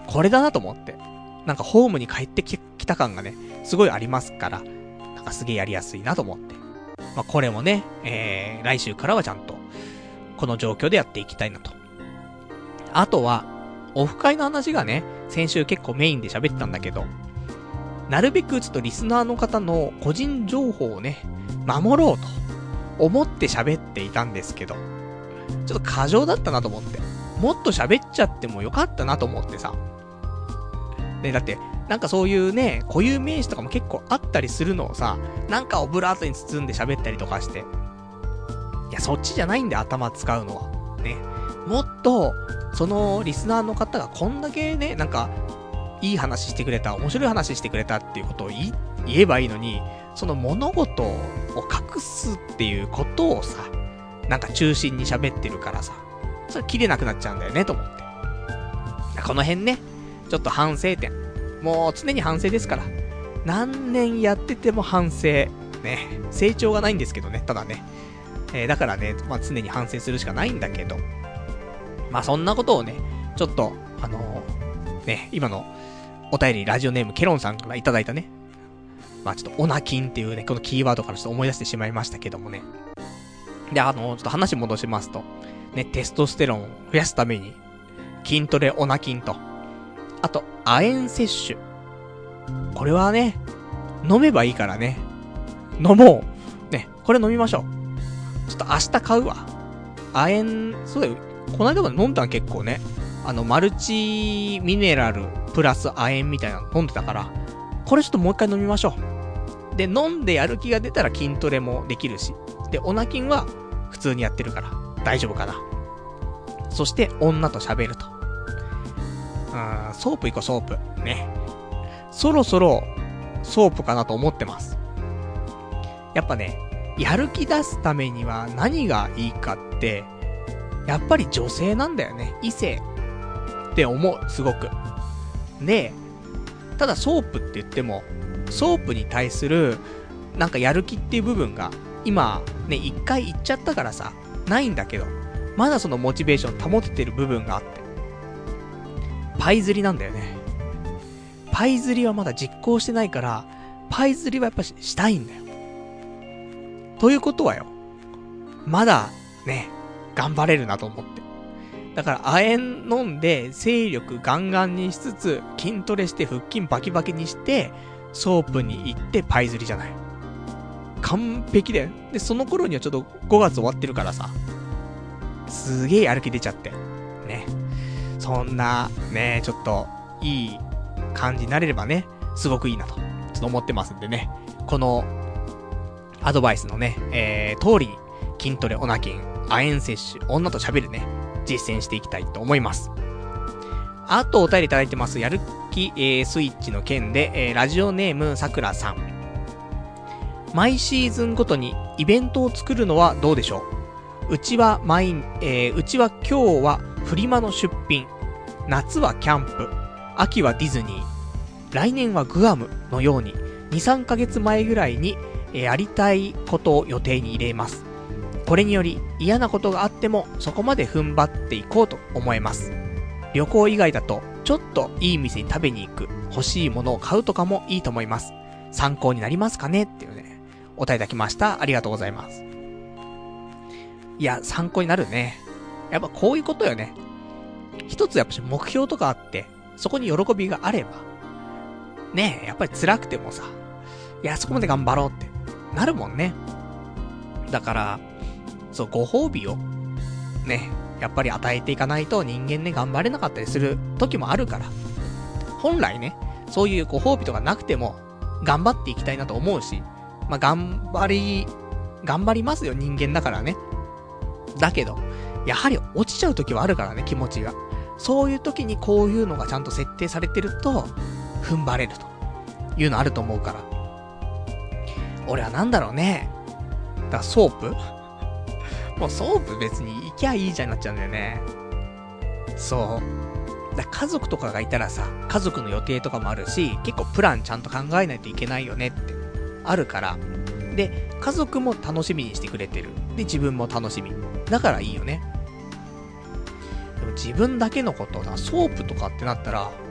これだなと思って。なんかホームに帰ってきた感がね、すごいありますから、なんかすげえやりやすいなと思って。まあ、これもね、来週からはちゃんと、この状況でやっていきたいなと。あとは、オフ会の話がね、先週結構メインで喋ってたんだけど、なるべくちょっとリスナーの方の個人情報をね、守ろうと思って喋っていたんですけど、ちょっと過剰だったなと思って。もっと喋っちゃってもよかったなと思ってさ。ね、だって、なんかそういうね、固有名詞とかも結構あったりするのをさ、なんかオブラートに包んで喋ったりとかして。いや、そっちじゃないんで頭使うのは。ね。もっと、そのリスナーの方がこんだけね、なんか、いい話してくれた、面白い話してくれたっていうことを言えばいいのに、その物事を隠すっていうことをさ、なんか中心に喋ってるからさ、それ切れなくなっちゃうんだよね、と思って。この辺ね、ちょっと反省点。もう常に反省ですから。何年やってても反省。ね。成長がないんですけどね、ただね。だからね、まあ常に反省するしかないんだけど。まあそんなことをね、ちょっと、ね、今のお便りラジオネームケロンさんからいただいたね。まあちょっとオナキンっていうね、このキーワードからちょっと思い出してしまいましたけどもね。で、ちょっと話戻しますと、ね、テストステロンを増やすために、筋トレオナキンと、あと、亜鉛摂取。これはね、飲めばいいからね。飲もう。ね、これ飲みましょう。ちょっと明日買うわ。亜鉛、そうだよ。この間まで飲んだの結構ね。マルチミネラルプラス亜鉛みたいなの飲んでたから、これちょっともう一回飲みましょう。で、飲んでやる気が出たら筋トレもできるし。で、オナキンは普通にやってるから、大丈夫かな。そして、女と喋ると。ソープ行こう、ソープ。ね。そろそろ、ソープかなと思ってます。やっぱね、やる気出すためには何がいいかって、やっぱり女性なんだよね。異性。って思う、すごく。で、ただソープって言っても、ソープに対する、なんかやる気っていう部分が、今、ね、一回言っちゃったからさ、ないんだけど、まだそのモチベーション保ててる部分があって。パイ釣りなんだよね。パイ釣りはまだ実行してないから、パイ釣りはやっぱしたいんだよ。ということはよ、まだね、頑張れるなと思って。だから亜鉛飲んで精力ガンガンにしつつ、筋トレして腹筋バキバキにして、ソープに行ってパイ釣りじゃない。完璧だよ。で、その頃にはちょっと5月終わってるからさ、すげえやる気出ちゃって。ね。そんな、ね、ちょっと、いい感じになれればね、すごくいいなと、ちょっと思ってますんでね。この、アドバイスのね、通りに、筋トレ、オナキン、亜鉛摂取、女と喋るね、実践していきたいと思います。あと、お便りいただいてます。やる気、スイッチの件で、ラジオネーム、さくらさん。毎シーズンごとにイベントを作るのはどうでしょう。うちは今日はフリマの出品。夏はキャンプ。秋はディズニー。来年はグアムのように、2、3ヶ月前ぐらいに、やりたいことを予定に入れます。これにより嫌なことがあってもそこまで踏ん張っていこうと思えます。旅行以外だとちょっといい店に食べに行く、欲しいものを買うとかもいいと思います。参考になりますかねっていうね、お答えいただきました。ありがとうございます。いや、参考になるね。やっぱこういうことよね。一つやっぱし目標とかあって、そこに喜びがあれば、ねえ、やっぱり辛くてもさ、いや、そこまで頑張ろうってなるもんね。だから、そう、ご褒美を、ね、やっぱり与えていかないと人間ね、頑張れなかったりする時もあるから。本来ね、そういうご褒美とかなくても、頑張っていきたいなと思うし、まあ、頑張りますよ、人間だからね。だけど、やはり落ちちゃう時はあるからね、気持ちが。そういう時にこういうのがちゃんと設定されてると、踏ん張れるというのあると思うから。俺はなんだろうね。だからソープもうソープ別に行きゃいいじゃんなっちゃうんだよね。そう。だから家族とかがいたらさ、家族の予定とかもあるし、結構プランちゃんと考えないといけないよねってあるから。で、家族も楽しみにしてくれてる。で、自分も楽しみ。だからいいよね。でも自分だけのことな、ソープとかってなったら、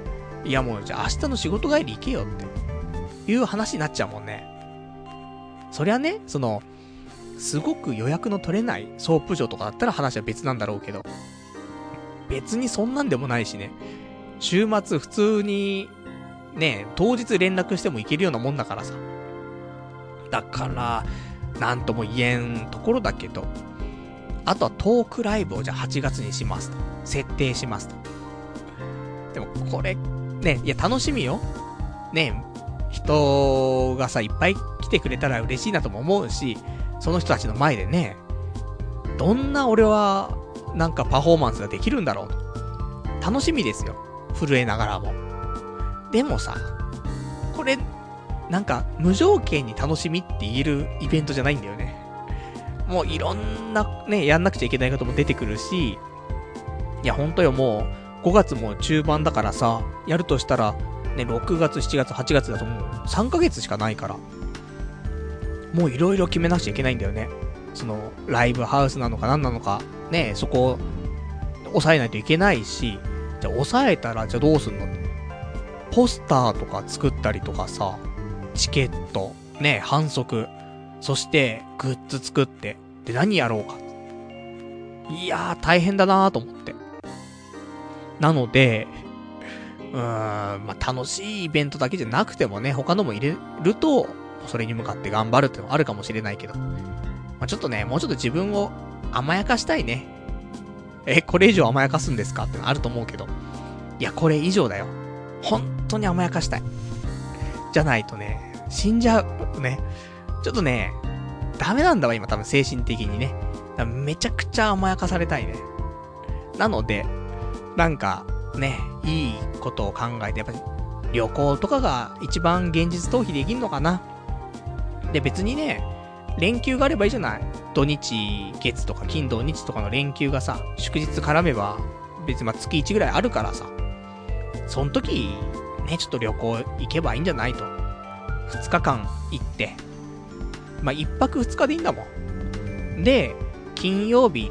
いやもうじゃあ明日の仕事帰り行けよっていう話になっちゃうもんね。そりゃね、すごく予約の取れないソープ場とかだったら話は別なんだろうけど、別にそんなんでもないしね、週末普通にね、当日連絡しても行けるようなもんだからさ。だからなんとも言えんところだけど、あとはトークライブをじゃあ8月にしますと設定しますと。でもこれね、いや楽しみよね、人がさいっぱい来てくれたら嬉しいなとも思うし、その人たちの前でね、どんな俺はなんかパフォーマンスができるんだろうと楽しみですよ、震えながらも。でもさ、これなんか無条件に楽しみって言えるイベントじゃないんだよね。もういろんなね、やんなくちゃいけないことも出てくるし、いやほんとよ、もう5月も中盤だからさ、やるとしたらね、6月、7月、8月だともう3ヶ月しかないから、もういろいろ決めなくちゃいけないんだよね。ライブハウスなのか何なのかね、そこを抑えないといけないし、じゃあ抑えたらじゃあどうすんのって、ポスターとか作ったりとかさ、チケットね、販促、そしてグッズ作って、で何やろうか、いやー大変だなーと思って。なのでまあ楽しいイベントだけじゃなくてもね、他のも入れるとそれに向かって頑張るってのもあるかもしれないけど、まあ、ちょっとね、もうちょっと自分を甘やかしたいね。これ以上甘やかすんですかってのあると思うけど、いやこれ以上だよ、本当に甘やかしたい。じゃないとね、死んじゃうね。ちょっとね、ダメなんだわ今、多分精神的にね。めちゃくちゃ甘やかされたいね。なのでなんかね、いいことを考えて、やっぱり旅行とかが一番現実逃避できんのかな。で別にね、連休があればいいじゃない。土日月とか金土日とかの連休がさ、祝日絡めば別に月1ぐらいあるからさ、そん時ね、ちょっと旅行行けばいいんじゃないと。2日間行って、まあ1泊2日でいいんだもん。で金曜日行って、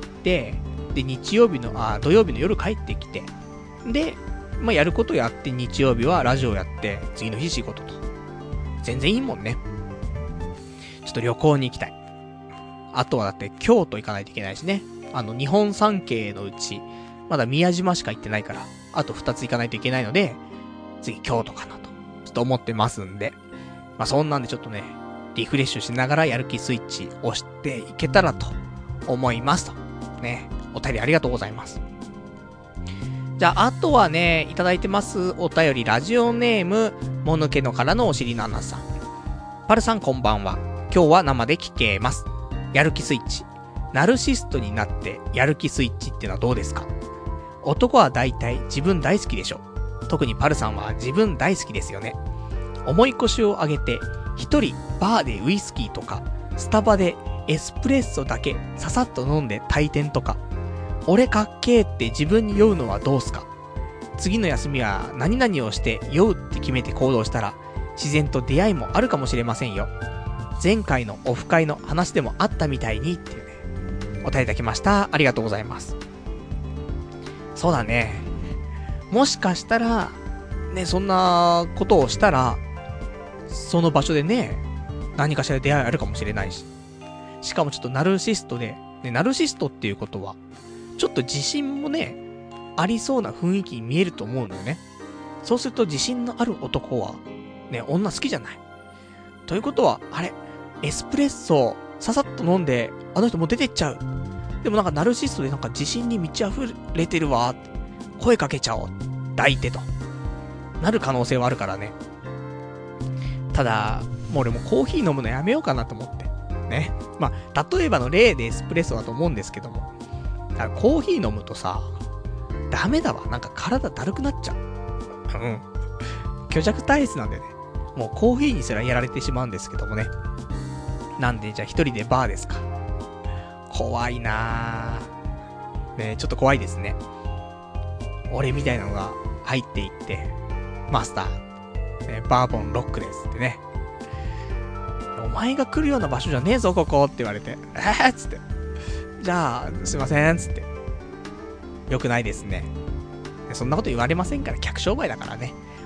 で日曜日の土曜日の夜帰ってきて、でまあやることやって、日曜日はラジオやって、次の日仕事と、全然いいもんね。ちょっと旅行に行きたい。あとはだって京都行かないといけないしね。日本三景のうちまだ宮島しか行ってないから、あと2つ行かないといけないので、次京都かなとちょっと思ってますんで、まあそんなんでちょっとね、リフレッシュしながらやる気スイッチ押していけたらと思いますとね。お便りありがとうございます。じゃああとはね、いただいてますお便り、ラジオネームもぬけのからのおしりななさん。パルさんこんばんは。今日は生で聞けます。やる気スイッチ、ナルシストになってやる気スイッチってのはどうですか？男は大体自分大好きでしょ。特にパルさんは自分大好きですよね。重い腰を上げて一人バーでウイスキーとか、スタバでエスプレッソだけささっと飲んで退店とか、俺かっけーって自分に酔うのはどうすか？次の休みは何々をして酔うって決めて行動したら、自然と出会いもあるかもしれませんよ。前回のオフ会の話でもあったみたいにっていうね、お便りいただきました。ありがとうございます。そうだね、もしかしたらね、そんなことをしたら、その場所でね、何かしら出会いあるかもしれないし、しかもちょっとナルシストで、ね、ナルシストっていうことはちょっと自信もねありそうな雰囲気に見えると思うのよね。そうすると自信のある男はね、女好きじゃない。ということは、あれ、エスプレッソささっと飲んで、あの人もう出てっちゃう。でもなんかナルシストでなんか自信に満ち溢れてるわ。声かけちゃおう。抱いてと。なる可能性はあるからね。ただ、もう俺もコーヒー飲むのやめようかなと思って。ね。まあ、例えばの例でエスプレッソだと思うんですけども。コーヒー飲むとさ、ダメだわ。なんか体だるくなっちゃう。うん。虚弱体質なんでね。もうコーヒーにすらやられてしまうんですけどもね。なんでじゃあ一人でバーですか。怖いなぁ。ね、ちょっと怖いですね。俺みたいなのが入っていって、マスター、ね、バーボンロックですってね。お前が来るような場所じゃねえぞここって言われて、つって。じゃあすいませんつって。よくないですね。そんなこと言われませんから、客商売だからね。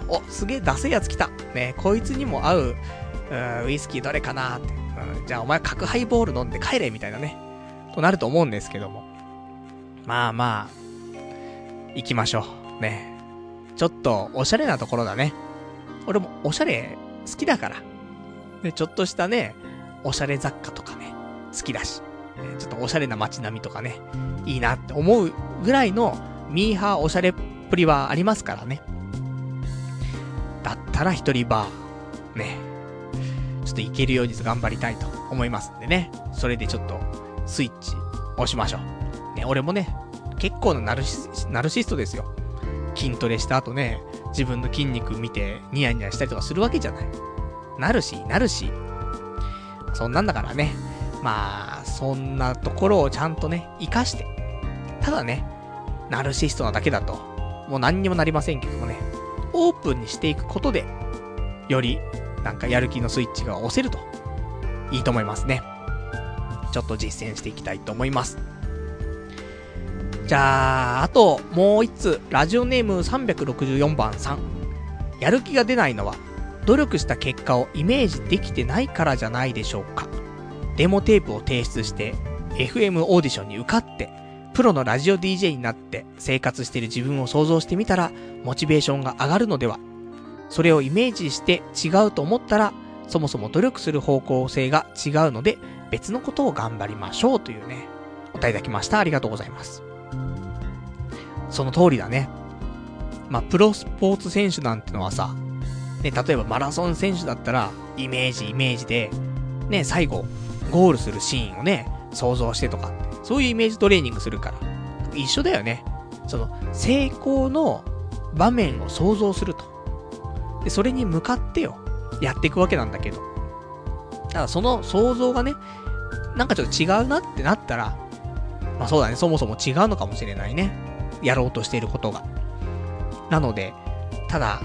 お、すげえダセえやつ来た。ね、こいつにも合う、ウイスキーどれかなって。じゃあお前角ハイボール飲んで帰れみたいなね。となると思うんですけども。まあまあ、行きましょう。ね。ちょっとおしゃれなところだね。俺もおしゃれ好きだから。で、ちょっとしたね、おしゃれ雑貨とかね、好きだし。ちょっとおしゃれな街並みとかね、いいなって思うぐらいのミーハーおしゃれっぷりはありますからね。だったら一人バー、ね。ちょっと行けるように頑張りたいと思いますんでね。それでちょっとスイッチ押しましょう。ね、俺もね、結構なナルシストですよ。筋トレした後ね、自分の筋肉見てニヤニヤしたりとかするわけじゃない。なるし。そんなんだからね。まあ、そんなところをちゃんとね、活かして。ただね、ナルシストなだけだと、もう何にもなりませんけどもね、オープンにしていくことで、より、なんかやる気のスイッチが押せると、いいと思いますね。ちょっと実践していきたいと思います。じゃあ、あと、もう一つ、ラジオネーム364番さん。やる気が出ないのは、努力した結果をイメージできてないからじゃないでしょうか。デモテープを提出して、FM オーディションに受かって、プロのラジオ DJ になって生活している自分を想像してみたら、モチベーションが上がるのでは。それをイメージして違うと思ったら、そもそも努力する方向性が違うので、別のことを頑張りましょうというね、お答えいただきました。ありがとうございます。その通りだね。まあ、プロスポーツ選手なんてのはさ、ね、例えばマラソン選手だったら、イメージで、ね、最後、ゴールするシーンをね、想像してとかって、そういうイメージトレーニングするから。一緒だよね。その、成功の場面を想像すると。で、それに向かってよ、やっていくわけなんだけど。だからその想像がね、なんかちょっと違うなってなったら、まあそうだね、そもそも違うのかもしれないね。やろうとしていることが。なので、ただ、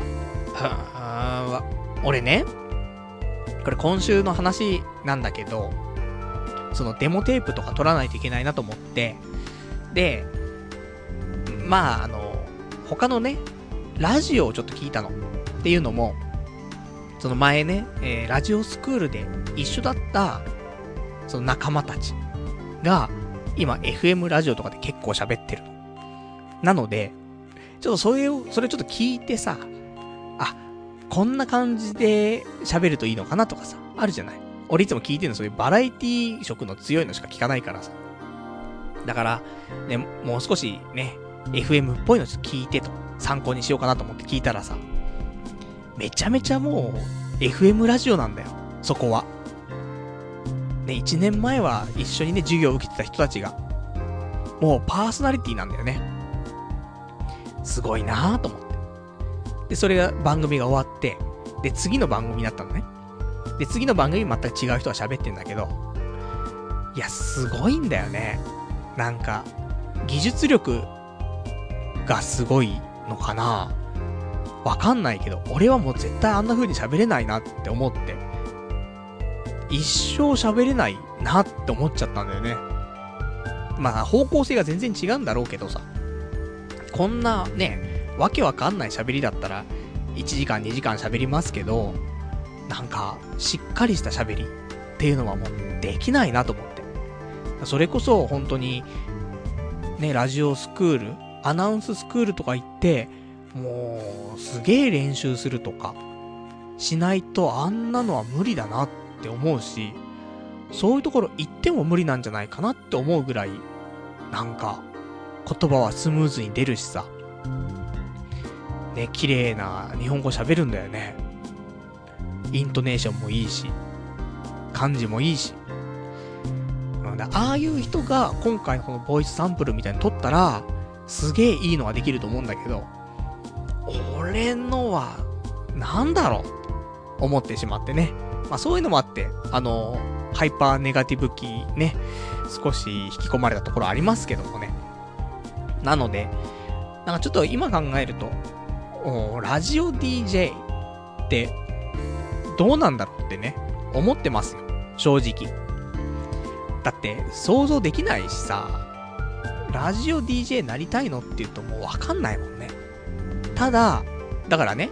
俺ね、これ今週の話なんだけど、そのデモテープとか取らないといけないなと思って、で、まあ他のね、ラジオをちょっと聞いたの。っていうのも、その前ね、ラジオスクールで一緒だった、その仲間たちが、今 FM ラジオとかで結構喋ってるの。なので、ちょっとそれちょっと聞いてさ、あ、こんな感じで喋るといいのかなとかさ、あるじゃない。俺いつも聞いてるのそういうバラエティ色の強いのしか聞かないからさ。だから、ね、もう少しね、FM っぽいのちょっと聞いてと、参考にしようかなと思って聞いたらさ、めちゃめちゃもう、FM ラジオなんだよ、そこは。ね、1年前は一緒にね、授業を受けてた人たちが、もうパーソナリティなんだよね。すごいなぁと思って。で、それが番組が終わって、で、次の番組だったのね。で、次の番組全く違う人が喋ってんだけど、いや、すごいんだよね。なんか、技術力がすごいのかな？わかんないけど、俺はもう絶対あんな風に喋れないなって思って、一生喋れないなって思っちゃったんだよね。まあ、方向性が全然違うんだろうけどさ、こんなね、わけわかんない喋りだったら、1時間2時間喋りますけど、なんか、しっかりした喋りっていうのはもうできないなと思って。それこそ本当に、ね、ラジオスクール、アナウンススクールとか行って、もう、すげえ練習するとか、しないとあんなのは無理だなって思うし、そういうところ行っても無理なんじゃないかなって思うぐらい、なんか、言葉はスムーズに出るしさ、ね、綺麗な日本語喋るんだよね。イントネーションもいいし、漢字もいいし。ああいう人が今回のこのボイスサンプルみたいに撮ったら、すげえいいのができると思うんだけど、俺のは、なんだろう思ってしまってね。まあそういうのもあって、ハイパーネガティブ期ね、少し引き込まれたところありますけどもね。なので、なんかちょっと今考えると、ラジオ DJ って、どうなんだろうってね、思ってますよ。正直。だって、想像できないしさ、ラジオ DJ なりたいのって言うともうわかんないもんね。ただ、だからね、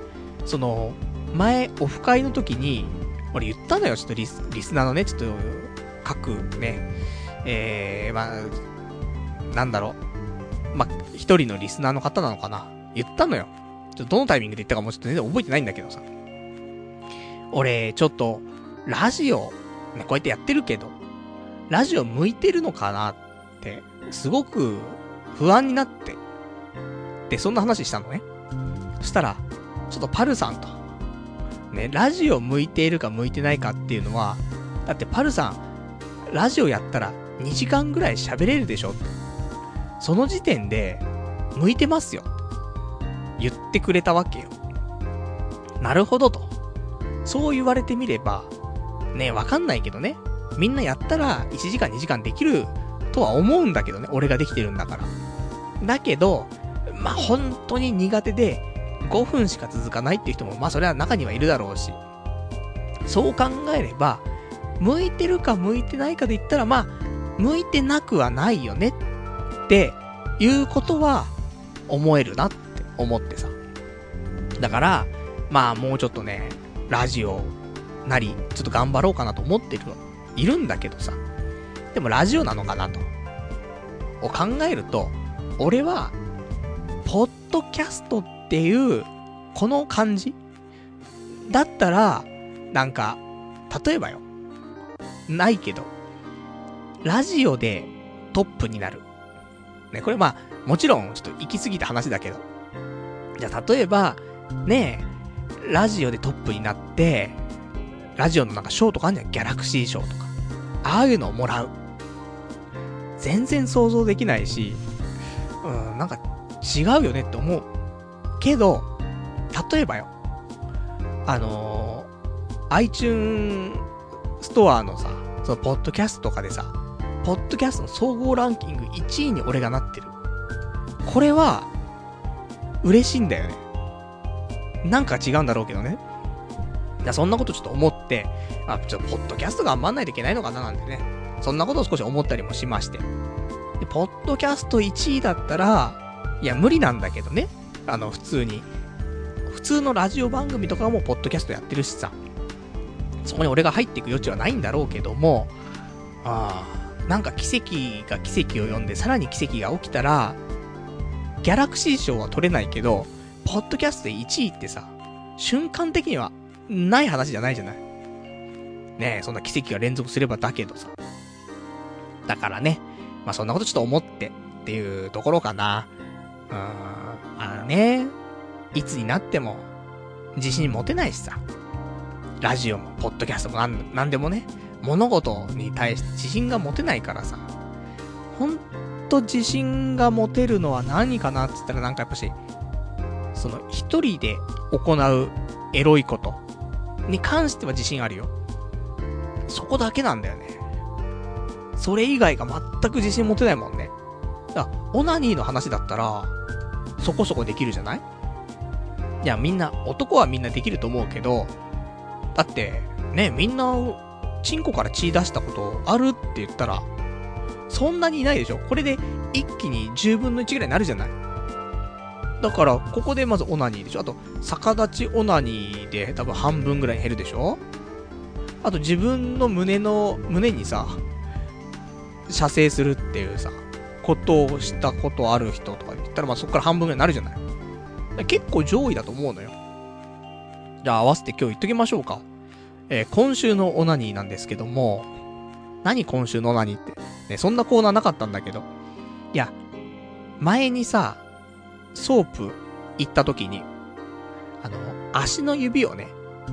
その、前、オフ会の時に、俺言ったのよ、ちょっとリスナーのね、ちょっと、各ね、まあ、なんだろう。まあ、一人のリスナーの方なのかな。言ったのよ。ちょっとどのタイミングで言ったかもちょっと全然覚えてないんだけどさ。俺、ちょっと、ラジオ、ね、こうやってやってるけど、ラジオ向いてるのかなって、すごく不安になって。で、そんな話したのね。そしたら、ちょっとパルさんと、ね、ラジオ向いているか向いてないかっていうのは、だってパルさん、ラジオやったら2時間ぐらい喋れるでしょ。その時点で、向いてますよ。言ってくれたわけよ。なるほどと。そう言われてみれば、ね、わかんないけどね。みんなやったら1時間2時間できるとは思うんだけどね。俺ができてるんだから。だけど、まあ、本当に苦手で5分しか続かないっていう人も、まあそれは中にはいるだろうし。そう考えれば、向いてるか向いてないかで言ったら、まあ、向いてなくはないよねっていうことは思えるなって思ってさ。だから、まあもうちょっとね、ラジオなり、ちょっと頑張ろうかなと思っているんだけどさ。でもラジオなのかなと。を考えると、俺は、ポッドキャストっていう、この感じだったら、なんか、例えばよ。ないけど、ラジオでトップになる。ね、これまあ、もちろん、ちょっと行き過ぎた話だけど。じゃあ、例えば、ねえ、ラジオでトップになって、ラジオのなんか賞とかあんじゃん。ギャラクシー賞とか。ああいうのをもらう。全然想像できないし、なんか違うよねって思う。けど、例えばよ。iTunes ストアのさ、そのポッドキャストとかでさ、ポッドキャストの総合ランキング1位に俺がなってる。これは、嬉しいんだよね。なんか違うんだろうけどね。そんなことちょっと思って、ちょっとポッドキャスト頑張んないといけないのかななんてね。そんなことを少し思ったりもしまして。で、ポッドキャスト1位だったら、いや、無理なんだけどね。普通のラジオ番組とかもポッドキャストやってるしさ。そこに俺が入っていく余地はないんだろうけども、なんか奇跡が奇跡を呼んで、さらに奇跡が起きたら、ギャラクシー賞は取れないけど、ポッドキャストで1位ってさ、瞬間的にはない話じゃないじゃない。ねえ、そんな奇跡が連続すればだけどさ。だからね、まあそんなことちょっと思ってっていうところかな。いつになっても自信持てないしさ。ラジオもポッドキャストもなんでもね、物事に対して自信が持てないからさ。ほんと自信が持てるのは何かなって言ったらなんかやっぱし、その一人で行うエロいことに関しては自信あるよ。そこだけなんだよね。それ以外が全く自信持てないもんね。だからオナニーの話だったらそこそこできるじゃない？いや、みんな男はみんなできると思うけど、だってね、みんなチンコから血出したことあるって言ったらそんなにいないでしょ。これで一気に10分の1ぐらいになるじゃない。だからここでまずオナニーでしょ。あと逆立ちオナニーで多分半分ぐらい減るでしょ。あと自分の胸にさ射精するっていうさことをしたことある人とか言ったら、まあそこから半分ぐらいになるじゃない。結構上位だと思うのよ。じゃあ合わせて今日言っときましょうか。今週のオナニーなんですけども、何今週のオナニーって、ね、そんなコーナーなかったんだけど、いや前にさソープ行った時に足の指をね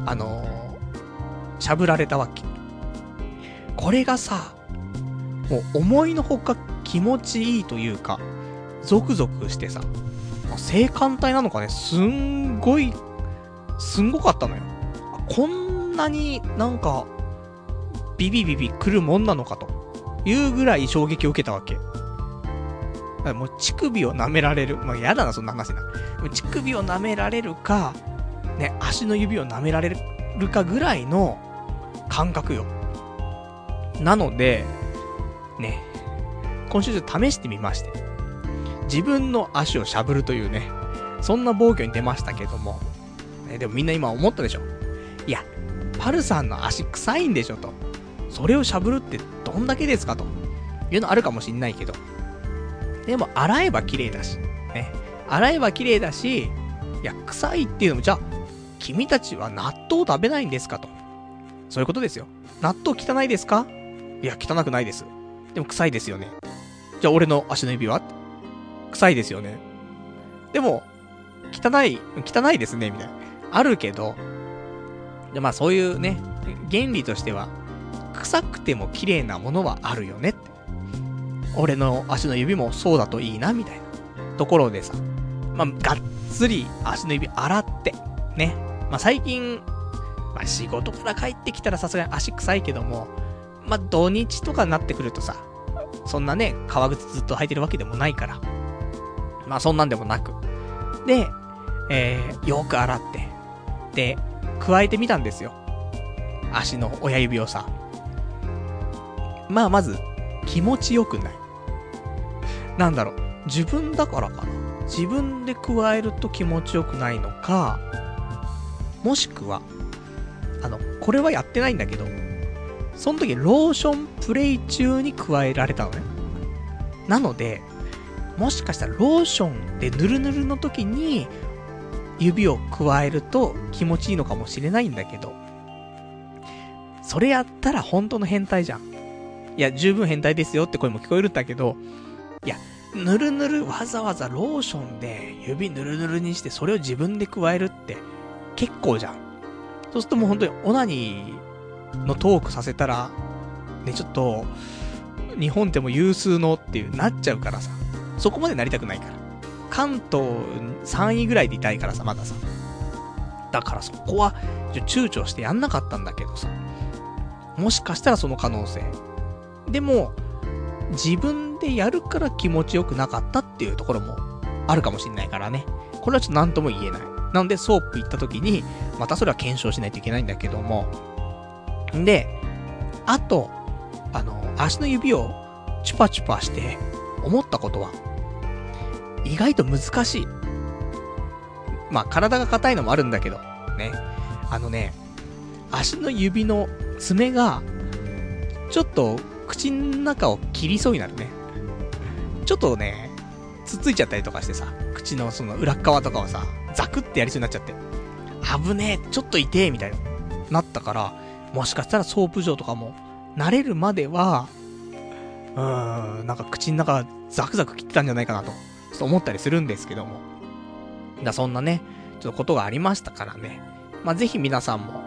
しゃぶられたわけ。これがさ、もう思いのほか気持ちいいというか、ゾクゾクしてさ、性感帯なのかね、すんごかったのよ。こんなになんかビビ来るもんなのかというぐらい衝撃を受けたわけ。もう乳首を舐められる、まあやだなそんな話な。乳首を舐められるかね、足の指を舐められるかぐらいの感覚よ。なのでね、今週ちょっと試してみまして、自分の足をしゃぶるというね、そんな暴挙に出ましたけども、 でもみんな今思ったでしょ。いや、パルさんの足臭いんでしょと。それをしゃぶるってどんだけですかというのあるかもしんないけど。でも洗えば綺麗だし。ね。洗えば綺麗だし、いや、臭いっていうのも、じゃあ、君たちは納豆食べないんですかと。そういうことですよ。納豆汚いですか？いや、汚くないです。でも臭いですよね。じゃあ俺の足の指は？臭いですよね。でも、汚いですね、みたいな。あるけど、で、まあそういうね、原理としては、臭くても綺麗なものはあるよねって。俺の足の指もそうだといいな、みたいなところでさ、まあ、がっつり足の指洗って、ね。まあ最近、まあ仕事から帰ってきたらさすがに足臭いけども、まあ土日とかになってくるとさ、そんなね、革靴ずっと履いてるわけでもないから。まあそんなんでもなく。で、よく洗って、で、加えてみたんですよ。足の親指をさ。まあまず、気持ちよくない。なんだろう、自分だからかな。自分で加えると気持ちよくないのか、もしくは、これはやってないんだけど、その時ローションプレイ中に加えられたのね。なので、もしかしたらローションでヌルヌルの時に指を加えると気持ちいいのかもしれないんだけど、それやったら本当の変態じゃん。いや、十分変態ですよって声も聞こえるんだけど、いや、ヌルヌルわざわざローションで指ヌルヌルにしてそれを自分で加えるって結構じゃん。そうするともう本当にオナニーのトークさせたら、ね、ちょっと、日本でも有数のっていうなっちゃうからさ、そこまでなりたくないから。関東3位ぐらいでいたいからさ、まださ。だからそこは、躊躇してやんなかったんだけどさ。もしかしたらその可能性。でも、自分でやるから気持ちよくなかったっていうところもあるかもしんないからね。これはちょっと何とも言えない。なので、ソープ行った時に、またそれは検証しないといけないんだけども。んで、あと、足の指をチュパチュパして思ったことは、意外と難しい。まあ、体が硬いのもあるんだけど、ね。足の指の爪が、ちょっと口の中を切りそうになるね。ちょっとね、つっついちゃったりとかしてさ、口のその裏側とかをさ、ザクってやりそうになっちゃって。危ねえ、ちょっと痛え、みたいな。なったから、もしかしたらソープ状とかも、慣れるまでは、なんか口の中ザクザク切ってたんじゃないかなと、そう思ったりするんですけども。そんなね、ちょっとことがありましたからね。まあ、ぜひ皆さんも、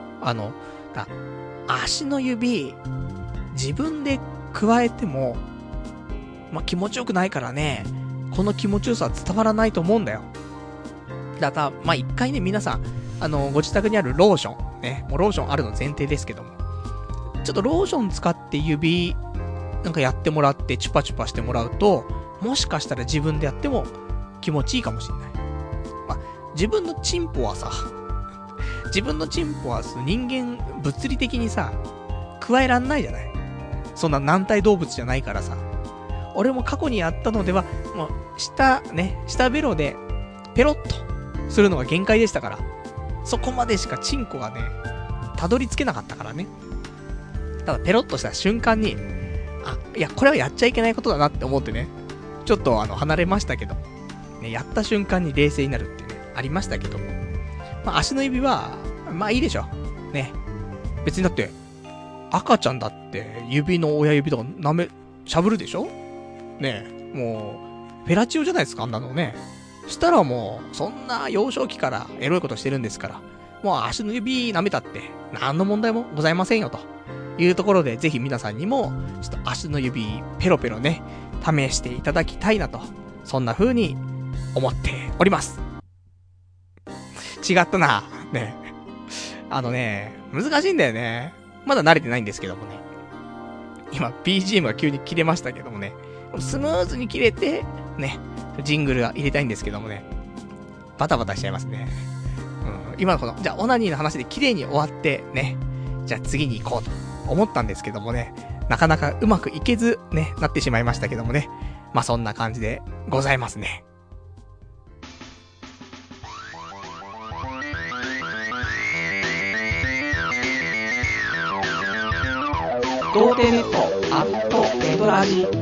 足の指、自分で加えても、まあ、気持ちよくないからね、この気持ちよさは伝わらないと思うんだよ。まあ、一回ね、皆さん、ご自宅にあるローション、ね、もうローションあるの前提ですけども、ちょっとローション使って指、なんかやってもらって、チュパチュパしてもらうと、もしかしたら自分でやっても気持ちいいかもしれない。まあ、自分のチンポは人間物理的にさ、加えらんないじゃない。そんな軟体動物じゃないからさ。俺も過去にやったのでは、もう、下ベロで、ペロッとするのが限界でしたから。そこまでしかチンコがね、たどり着けなかったからね。ただ、ペロッとした瞬間に、いや、これはやっちゃいけないことだなって思ってね、ちょっと離れましたけど、ね、やった瞬間に冷静になるっていうね、ありましたけども。まあ、足の指は、まあいいでしょ。ね。別にだって、赤ちゃんだって指の親指とかしゃぶるでしょねえ、もう、フェラチオじゃないですか、あんなのね。したらもう、そんな幼少期からエロいことしてるんですから、もう足の指舐めたって、何の問題もございませんよ、というところで、ぜひ皆さんにも、ちょっと足の指、ペロペロね、試していただきたいなと、そんな風に思っております。違ったな。ね。難しいんだよね。まだ慣れてないんですけどもね。今、BGM が急に切れましたけどもね。スムーズに切れて、ね、ジングルが入れたいんですけどもね。バタバタしちゃいますね。今のこの、じゃあオナニーの話で綺麗に終わって、ね。じゃあ次に行こうと思ったんですけどもね。なかなかうまくいけず、ね、なってしまいましたけどもね。まあそんな感じでございますね。 童貞ネットアットネトラジ。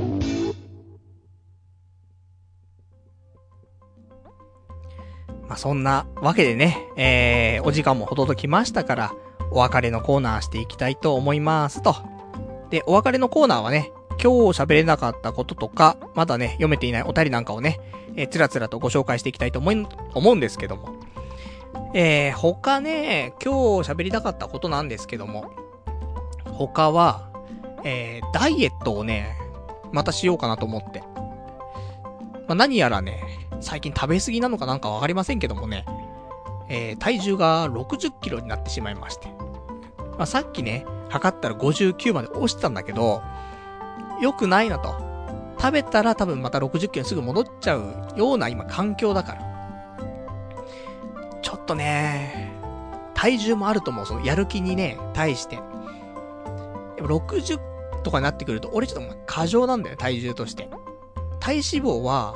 まあ、そんなわけでね、お時間もほどときましたから、お別れのコーナーしていきたいと思いますと。で、お別れのコーナーはね、今日喋れなかったこととか、まだね、読めていないお便りなんかをね、つらつらとご紹介していきたいと思うんですけども。他ね、今日喋りたかったことなんですけども、他は、ダイエットをね、またしようかなと思って。まあ、何やらね、最近食べ過ぎなのかなんかわかりませんけどもね、体重が60キロになってしまいまして。まあ、さっきね、測ったら59まで落ちたんだけど、良くないなと。食べたら多分また60キロにすぐ戻っちゃうような今環境だから。ちょっとね、体重もあると思う。そのやる気にね、対して。60とかになってくると、俺ちょっと過剰なんだよ、体重として。体脂肪は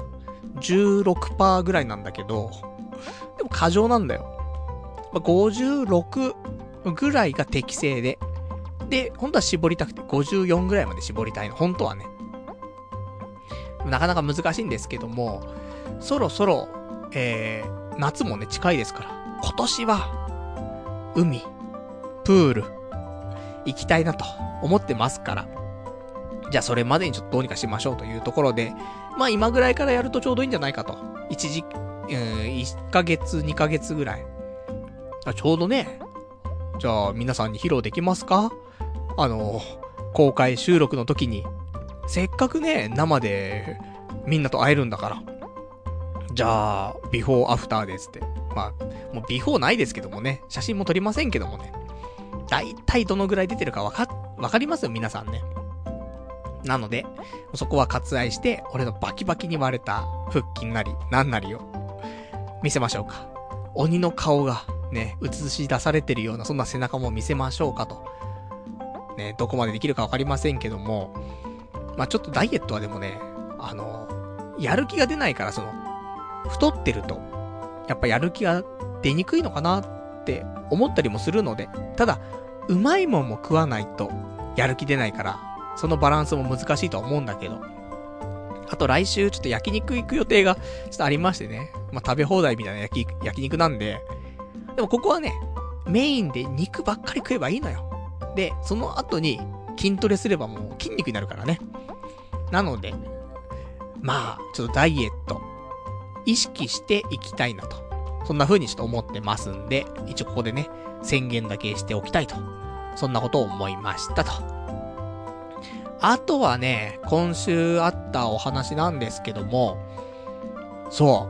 16% ぐらいなんだけど、でも過剰なんだよ。56ぐらいが適正で。で、本当は絞りたくて54ぐらいまで絞りたいの。本当はね。なかなか難しいんですけども、そろそろ、夏もね、近いですから、今年は、海、プール、行きたいなと思ってますから、じゃあそれまでにちょっとどうにかしましょうというところで、まあ今ぐらいからやるとちょうどいいんじゃないかと。1ヶ月、2ヶ月ぐらい。ちょうどね、じゃあ皆さんに披露できますか？公開収録の時に、せっかくね、生でみんなと会えるんだから、じゃあ、ビフォーアフターですって。まあ、もうビフォーないですけどもね、写真も撮りませんけどもね、だいたいどのぐらい出てるかわかりますよ、皆さんね。なので、そこは割愛して、俺のバキバキに割れた腹筋なり、なんなりを、見せましょうか。鬼の顔が、ね、映し出されてるような、そんな背中も見せましょうかと。ね、どこまでできるかわかりませんけども、まあちょっとダイエットはでもね、やる気が出ないから、太ってると、やっぱやる気が出にくいのかなって思ったりもするので、ただ、うまいもんも食わないと、やる気出ないから、そのバランスも難しいとは思うんだけど、あと来週ちょっと焼肉行く予定がちょっとありましてね、まあ食べ放題みたいな焼肉なんで、でもここはね、メインで肉ばっかり食えばいいのよ。で、その後に筋トレすればもう筋肉になるからね。なので、まあ、ちょっとダイエット、意識していきたいなと。そんな風にちょっと思ってますんで、一応ここでね、宣言だけしておきたいと。そんなことを思いましたと。あとはね、今週あったお話なんですけども、そう、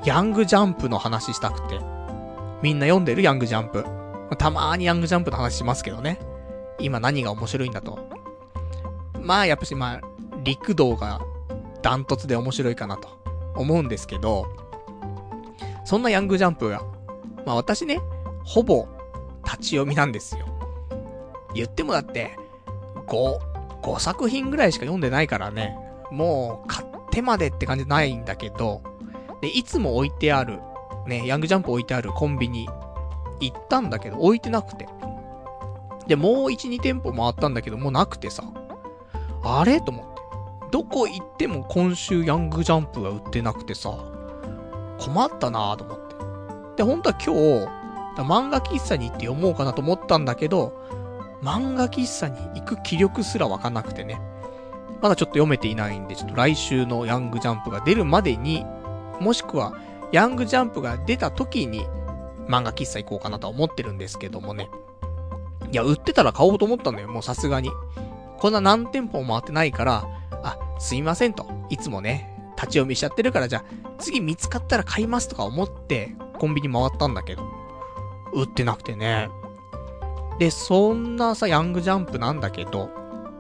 ヤングジャンプの話したくて。みんな読んでるヤングジャンプ。たまーにヤングジャンプの話しますけどね。今何が面白いんだと。まあやっぱし陸道がダントツで面白いかなと思うんですけど、そんなヤングジャンプが、まあ私ね、ほぼ立ち読みなんですよ。言ってもだって、5作品ぐらいしか読んでないからね、もう買ってまでって感じないんだけど、で、いつも置いてある、ね、ヤングジャンプ置いてあるコンビニ行ったんだけど置いてなくて。で、もう1、2店舗回ったんだけどもうなくてさ、あれと思って。どこ行っても今週ヤングジャンプが売ってなくてさ、困ったなぁと思って。で、本当は今日、漫画喫茶に行って読もうかなと思ったんだけど、漫画喫茶に行く気力すら湧かなくてね。まだちょっと読めていないんで、ちょっと来週のヤングジャンプが出るまでに、もしくは、ヤングジャンプが出た時に、漫画喫茶行こうかなとは思ってるんですけどもね。いや、売ってたら買おうと思ったんだよ、もうさすがに。こんな何店舗も回ってないから、すいませんと。いつもね、立ち読みしちゃってるから、じゃあ、次見つかったら買いますとか思って、コンビニ回ったんだけど、売ってなくてね。で、そんなさ、ヤングジャンプなんだけど、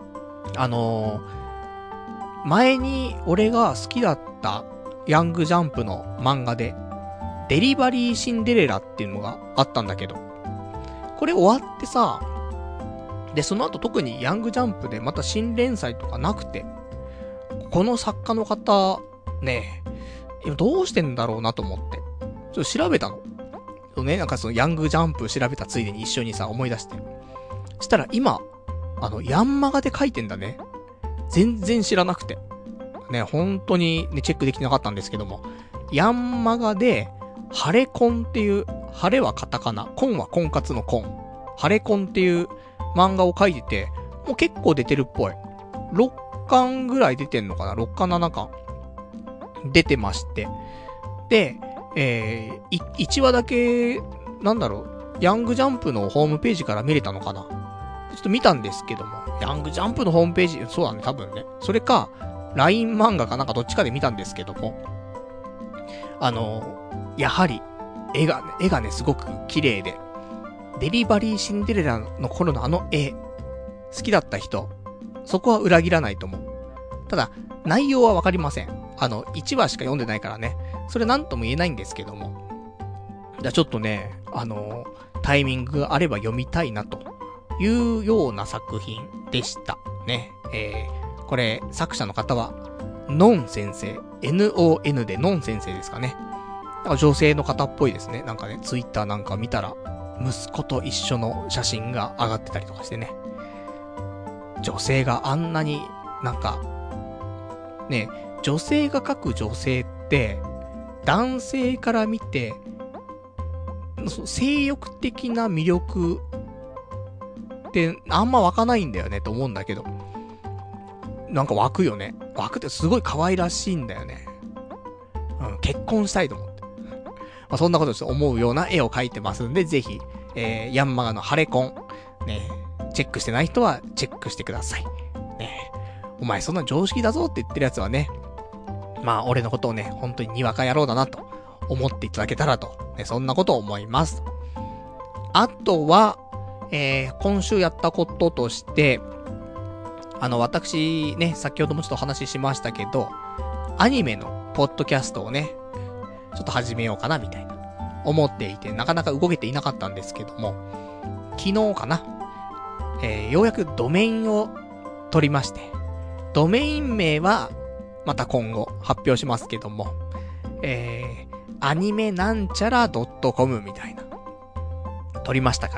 前に俺が好きだったヤングジャンプの漫画で、デリバリーシンデレラっていうのがあったんだけど、これ終わってさ、で、その後特にヤングジャンプでまた新連載とかなくて、この作家の方、ね、どうしてんだろうなと思って、ちょっと調べたの。ね、なんかそのヤングジャンプ調べたついでに一緒にさ、思い出して。したら今、 ヤンマガで書いてんだね。全然知らなくて。ね、本当にね、チェックできてなかったんですけども。ヤンマガで、ハレコンっていう、ハレはカタカナ、コンは婚活のコン。ハレコンっていう漫画を書いてて、もう結構出てるっぽい。6巻ぐらい出てんのかな ?6 巻7巻。出てまして。で、1話だけ、なんだろう、ヤングジャンプのホームページから見れたのかなちょっと見たんですけども、ヤングジャンプのホームページ、そうだね、多分ね。それか、LINE 漫画かなんかどっちかで見たんですけども、やはり、絵がね、すごく綺麗で、デリバリーシンデレラの頃の絵、好きだった人、そこは裏切らないと思う。ただ、内容はわかりません。1話しか読んでないからね、それなんとも言えないんですけども。じゃあちょっとね、タイミングがあれば読みたいなというような作品でしたね。これ作者の方はノン先生、NON でノン先生ですかね。なんか女性の方っぽいですね。なんかね、ツイッターなんか見たら息子と一緒の写真が上がってたりとかしてね。女性があんなになんかね、女性が描く女性って男性から見て性欲的な魅力ってあんま湧かないんだよねと思うんだけど、なんか湧くよね。湧くってすごい可愛らしいんだよね。結婚したいと思って。そんなこと思うような絵を描いてますんで、ぜひ、ヤンマガのハレコン、ね、チェックしてない人はチェックしてください。ね、お前そんな常識だぞって言ってるやつはね、俺のことをね、本当ににわか野郎だなと思っていただけたらと、ね、そんなことを思います。あとは、今週やったこととして、私ね、先ほどもちょっとお話ししましたけど、アニメのポッドキャストをね、ちょっと始めようかなみたいな思っていて、なかなか動けていなかったんですけども、昨日かな、ようやくドメインを取りまして、ドメイン名はまた今後発表しますけども、アニメなんちゃら .com みたいな取りましたから、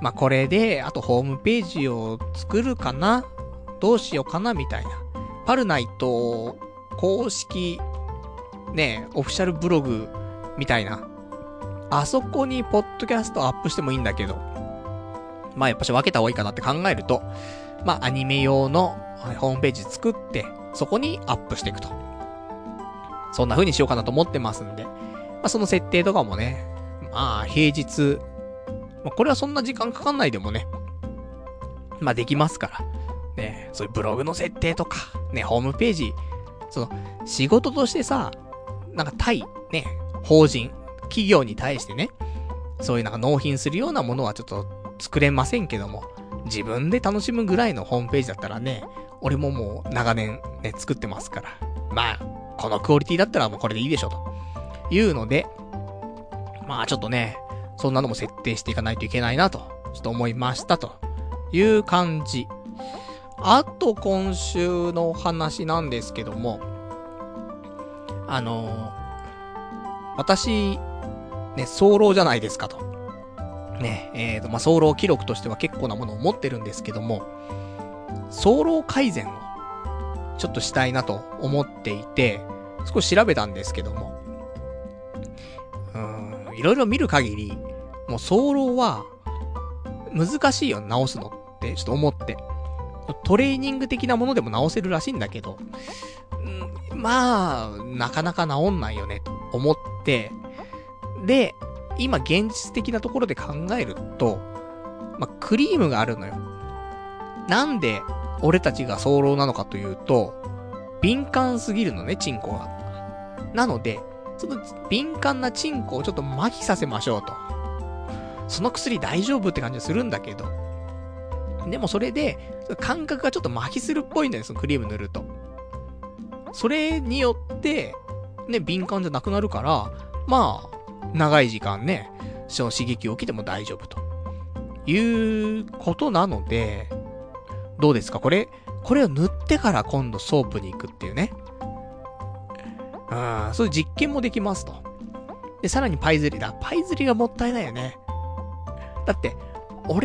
これであとホームページを作るかな、どうしようかなみたいな、パルナイト公式ね、オフィシャルブログみたいな、あそこにポッドキャストアップしてもいいんだけど、やっぱし分けた方がいいかなって考えると、アニメ用のホームページ作って、そこにアップしていくと。そんな風にしようかなと思ってますんで、その設定とかもね、平日、これはそんな時間かかんないでもね、できますから。ね、そういうブログの設定とか、ね、ホームページ、仕事としてさ、なんか対、ね、法人、企業に対してね、そういうなんか納品するようなものはちょっと作れませんけども、自分で楽しむぐらいのホームページだったらね、俺ももう長年ね、作ってますから。このクオリティだったらもうこれでいいでしょ、というので、ちょっとね、そんなのも設定していかないといけないなと、ちょっと思いましたという感じ。あと今週の話なんですけども、私、ね、早漏じゃないですかと。ね、早漏記録としては結構なものを持ってるんですけども、早漏改善をちょっとしたいなと思っていて、少し調べたんですけども、いろいろ見る限り、もう早漏は難しいよ、直すのってちょっと思って。トレーニング的なものでも直せるらしいんだけど、なかなか直んないよねと思って、で、今現実的なところで考えると、クリームがあるのよ。なんで俺たちが早漏なのかというと、敏感すぎるのね、チンコが。なので、その敏感なチンコをちょっと麻痺させましょうと。その薬大丈夫って感じがするんだけど、でもそれで感覚がちょっと麻痺するっぽいんだよ、そのクリーム塗ると。それによってね、敏感じゃなくなるから、長い時間ね、その刺激を受けても大丈夫ということなので、どうですか、これを塗ってから今度ソープに行くっていうね。そういう実験もできますと。で、さらにパイズリがもったいないよね。だって、俺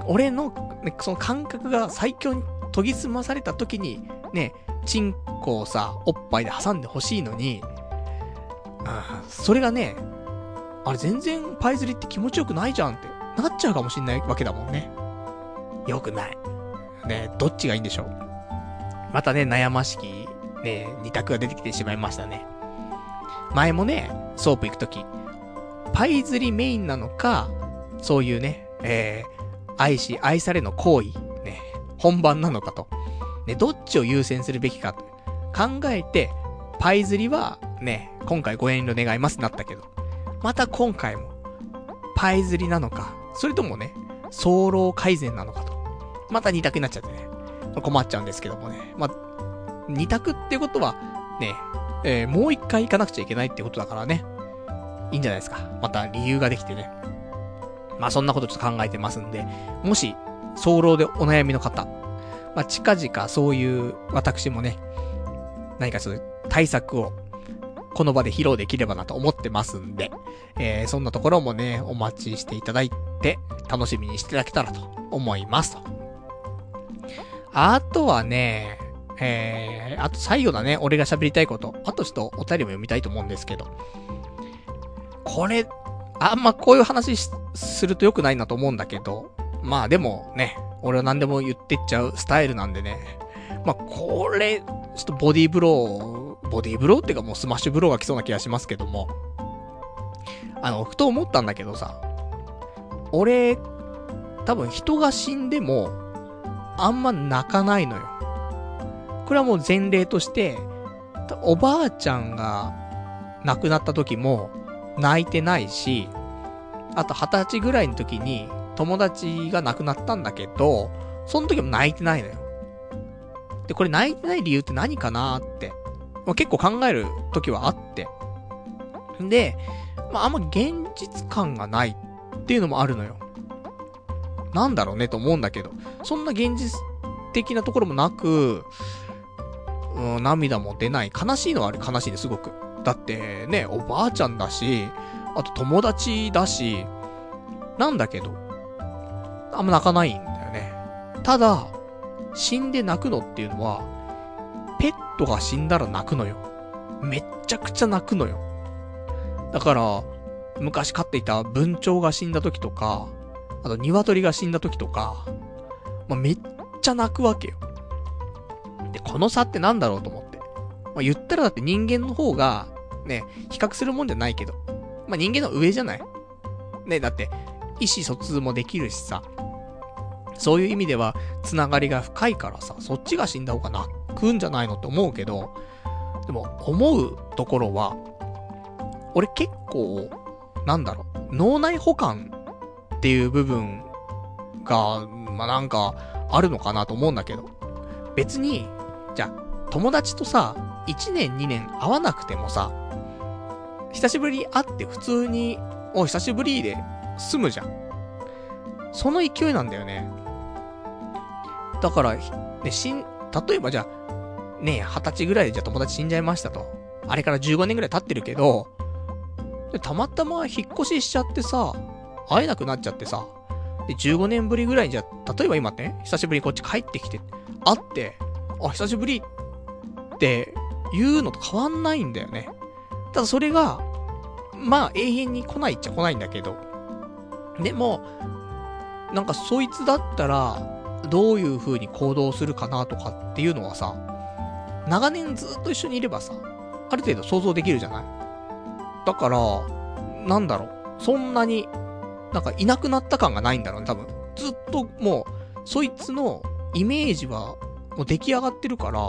俺の、ね、その感覚が最強に研ぎ澄まされた時に、ね、チンコをさ、おっぱいで挟んでほしいのに、それがね、あれ全然パイ釣りって気持ちよくないじゃんってなっちゃうかもしんないわけだもんね。よくない。ね、どっちがいいんでしょう。またね、悩ましき、ね、二択が出てきてしまいましたね。前もね、ソープ行くとき、パイ釣りメインなのか、そういうね、愛し愛されの行為、ね、本番なのかと、ね、どっちを優先するべきかと考えて、パイ釣りはね、今回ご遠慮願いますなったけど、また今回も、パイ釣りなのか、それともね、早漏改善なのかと、また二択になっちゃってね、困っちゃうんですけどもね、二択っていうことは、ね、もう一回行かなくちゃいけないってことだからね、いいんじゃないですか。また理由ができてね。そんなことちょっと考えてますんで、もし、早漏でお悩みの方、近々そういう私もね、何かそういう対策を、この場で披露できればなと思ってますんで、そんなところもね、お待ちしていただいて、楽しみにしていただけたらと思いますと。あとはね、あと最後だね、俺が喋りたいこと。あとちょっとお便りも読みたいと思うんですけど。これ、あんまこういう話すると良くないなと思うんだけど、でもね、俺は何でも言ってっちゃうスタイルなんでね。これ、ちょっとボディーブローっていうかもうスマッシュブローが来そうな気がしますけども。ふと思ったんだけどさ、俺、多分人が死んでも、あんま泣かないのよ。これはもう前例として、おばあちゃんが亡くなった時も泣いてないし、あと20歳ぐらいの時に友達が亡くなったんだけど、その時も泣いてないのよ。で、これ泣いてない理由って何かなーって、結構考える時はあって。で、あんま現実感がないっていうのもあるのよ。なんだろうねと思うんだけど、そんな現実的なところもなく、涙も出ない。悲しいのはあれ悲しいですごく。だってね、おばあちゃんだし、あと友達だし、なんだけど、あんま泣かないんだよね。ただ、死んで泣くのっていうのは、ペットが死んだら泣くのよ。めっちゃくちゃ泣くのよ。だから、昔飼っていた文鳥が死んだ時とか、あと鶏が死んだ時とか、めっちゃ泣くわけよ。で、この差ってなんだろうと思って。言ったらだって人間の方が、ね、比較するもんじゃないけど、人間の上じゃない？ね、だって、意思疎通もできるしさ、そういう意味では、つながりが深いからさ、そっちが死んだ方が泣くんじゃないのって思うけど、でも、思うところは、俺結構、脳内補完っていう部分が、なんか、あるのかなと思うんだけど、別に、じゃあ、友達とさ、1年2年会わなくてもさ、久しぶりに会って普通に、久しぶりで済むじゃん。その勢いなんだよね。だから、ね、例えばじゃあ、ね、20歳ぐらいでじゃあ友達死んじゃいましたと。あれから15年ぐらい経ってるけど、たまたま引っ越ししちゃってさ、会えなくなっちゃってさ、で、15年ぶりぐらいにじゃあ、例えば今ね、久しぶりにこっち帰ってきて、会って、久しぶりって言うのと変わんないんだよね。ただそれが、永遠に来ないっちゃ来ないんだけど。でも、なんかそいつだったら、どういう風に行動するかなとかっていうのはさ、長年ずっと一緒にいればさ、ある程度想像できるじゃない？だから、そんなに、いなくなった感がないんだろうね、多分。ずっともう、そいつのイメージは、もう出来上がってるから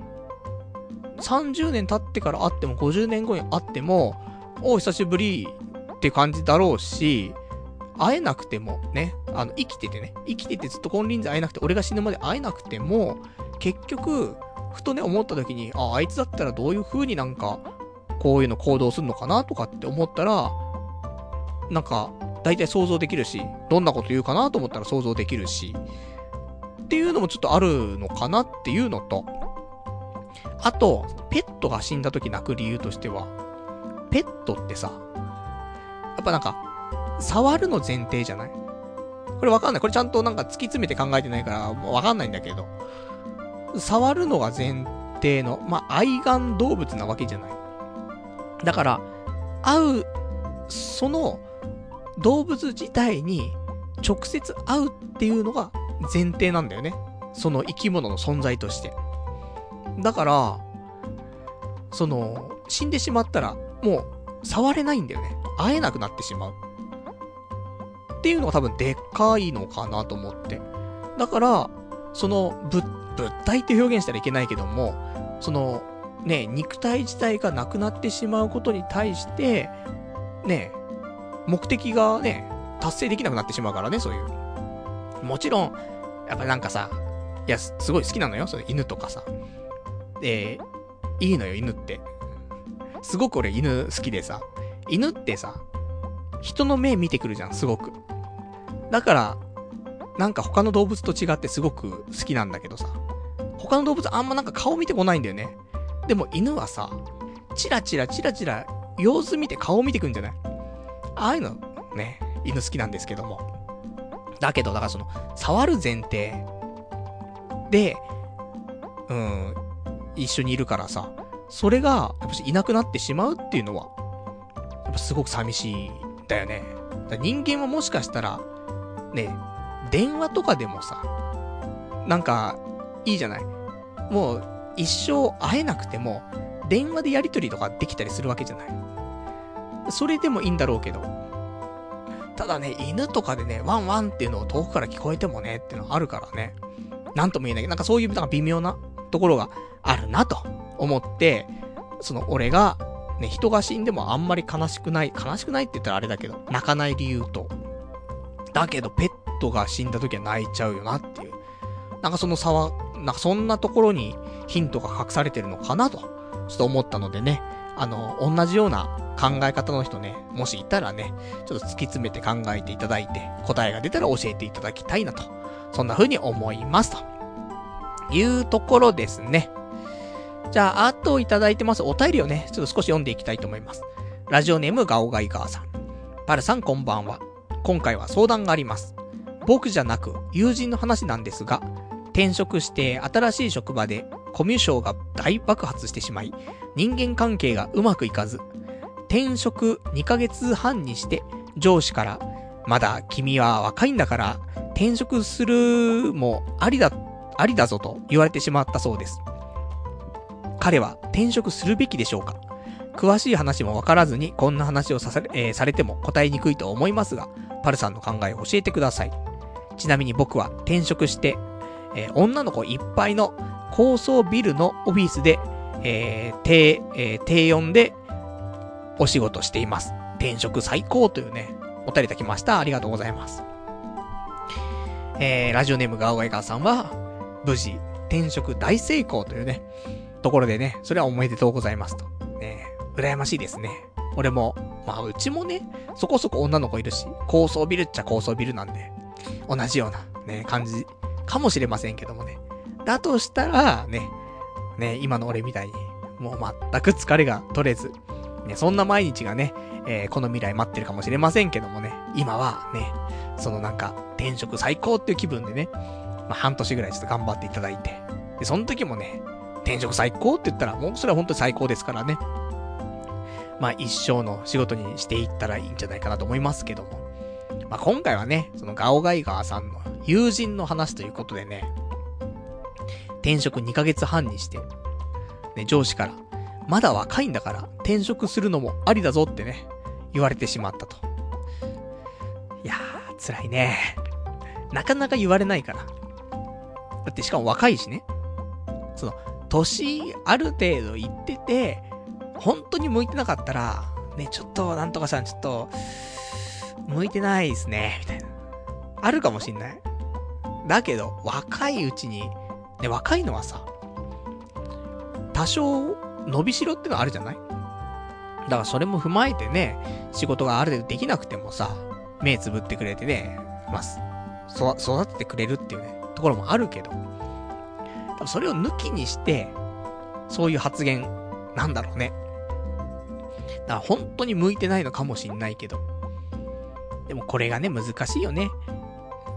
、30年経ってから会っても、50年後に会っても、久しぶりって感じだろうし、会えなくてもね、生きててずっと金輪際会えなくて、俺が死ぬまで会えなくても、結局、ふとね、思った時に、あいつだったらどういう風にこういうの行動するのかなとかって思ったら、大体想像できるし、どんなこと言うかなと思ったら想像できるし、っていうのもちょっとあるのかなっていうのと、あと、ペットが死んだ時泣く理由としては、ペットってさ、やっぱ触るの前提じゃない？ これわかんない。これちゃんとなんか突き詰めて考えてないからわかんないんだけど、触るのが前提の、愛玩動物なわけじゃない。だから、その動物自体に直接会うっていうのが前提なんだよね。その生き物の存在として。だから、死んでしまったら、もう、触れないんだよね。会えなくなってしまう。っていうのが多分でっかいのかなと思って。だから、物体って表現したらいけないけども、肉体自体がなくなってしまうことに対して、ね、目的がね、達成できなくなってしまうからね、そういう。もちろん、やっぱなんかさ、いや、すごい好きなのよ、それ犬とかさ。いいのよ、犬って。すごく俺犬好きでさ、犬ってさ、人の目見てくるじゃん、すごく。だから、なんか他の動物と違ってすごく好きなんだけどさ、他の動物あんまなんか顔見てこないんだよね。でも犬はさ、チラチラ様子見て顔見てくんじゃない？ああいうのね、犬好きなんですけども。だけど、だから触る前提で、一緒にいるからさ、それが、やっぱしいなくなってしまうっていうのは、やっぱすごく寂しいんだよね。だ人間はもしかしたら、ね、電話とかでもさ、なんか、いいじゃない。もう、一生会えなくても、電話でやり取りとかできたりするわけじゃない。それでもいいんだろうけど。ただね、犬とかでね、ワンワンっていうのを遠くから聞こえてもね、っていうのはあるからね。なんとも言えないけど、なんかそういうなんか微妙なところがあるなと思って、俺が、ね、人が死んでもあんまり悲しくないって言ったらあれだけど、泣かない理由と、だけどペットが死んだ時は泣いちゃうよなっていう。なんかなんかそんなところにヒントが隠されてるのかなと、ちょっと思ったのでね、同じような考え方の人ね、もしいたらね、ちょっと突き詰めて考えていただいて、答えが出たら教えていただきたいなと、そんな風に思いますというところですね。じゃあ、あといただいてますお便りをね、ちょっと少し読んでいきたいと思います。ラジオネームガオガイガーさん。パルさんこんばんは。今回は相談があります。僕じゃなく友人の話なんですが、転職して新しい職場でコミュ障が大爆発してしまい、人間関係がうまくいかず、転職2ヶ月半にして上司から、まだ君は若いんだから転職するもありだぞと言われてしまったそうです。彼は転職するべきでしょうか？詳しい話もわからずにこんな話をされても答えにくいと思いますが、パルさんの考えを教えてください。ちなみに僕は転職して、女の子いっぱいの高層ビルのオフィスで、低温でお仕事しています。転職最高というね、お便りいただきました。ありがとうございます。ラジオネームガオガイガーさんは、無事、転職大成功というね、ところでね、それはおめでとうございますと。ね、羨ましいですね。俺も、うちもね、そこそこ女の子いるし、高層ビルっちゃ高層ビルなんで、同じようなね、感じかもしれませんけどもね。だとしたら、ね、今の俺みたいに、もう全く疲れが取れず、ね、そんな毎日がね、この未来待ってるかもしれませんけどもね、今はね、なんか、転職最高っていう気分でね、半年ぐらいちょっと頑張っていただいて、で、その時もね、転職最高って言ったら、もうそれは本当に最高ですからね。一生の仕事にしていったらいいんじゃないかなと思いますけども。今回はね、そのガオガイガーさんの友人の話ということでね、転職2ヶ月半にして、ね、上司から、まだ若いんだから転職するのもありだぞってね、言われてしまったと。いやー、辛いね。なかなか言われないから。だってしかも若いしね。年ある程度いってて、本当に向いてなかったら、ね、ちょっとなんとかさんちょっと、向いてないですね、みたいな。あるかもしんない。だけど、若いうちに、ね、若いのはさ、多少伸びしろってのあるじゃない？だからそれも踏まえてね、仕事がある程度できなくてもさ、目つぶってくれてね、育ててくれるっていうね、ところもあるけど、それを抜きにして、そういう発言、なんだろうね。だから本当に向いてないのかもしんないけど。でもこれがね、難しいよね。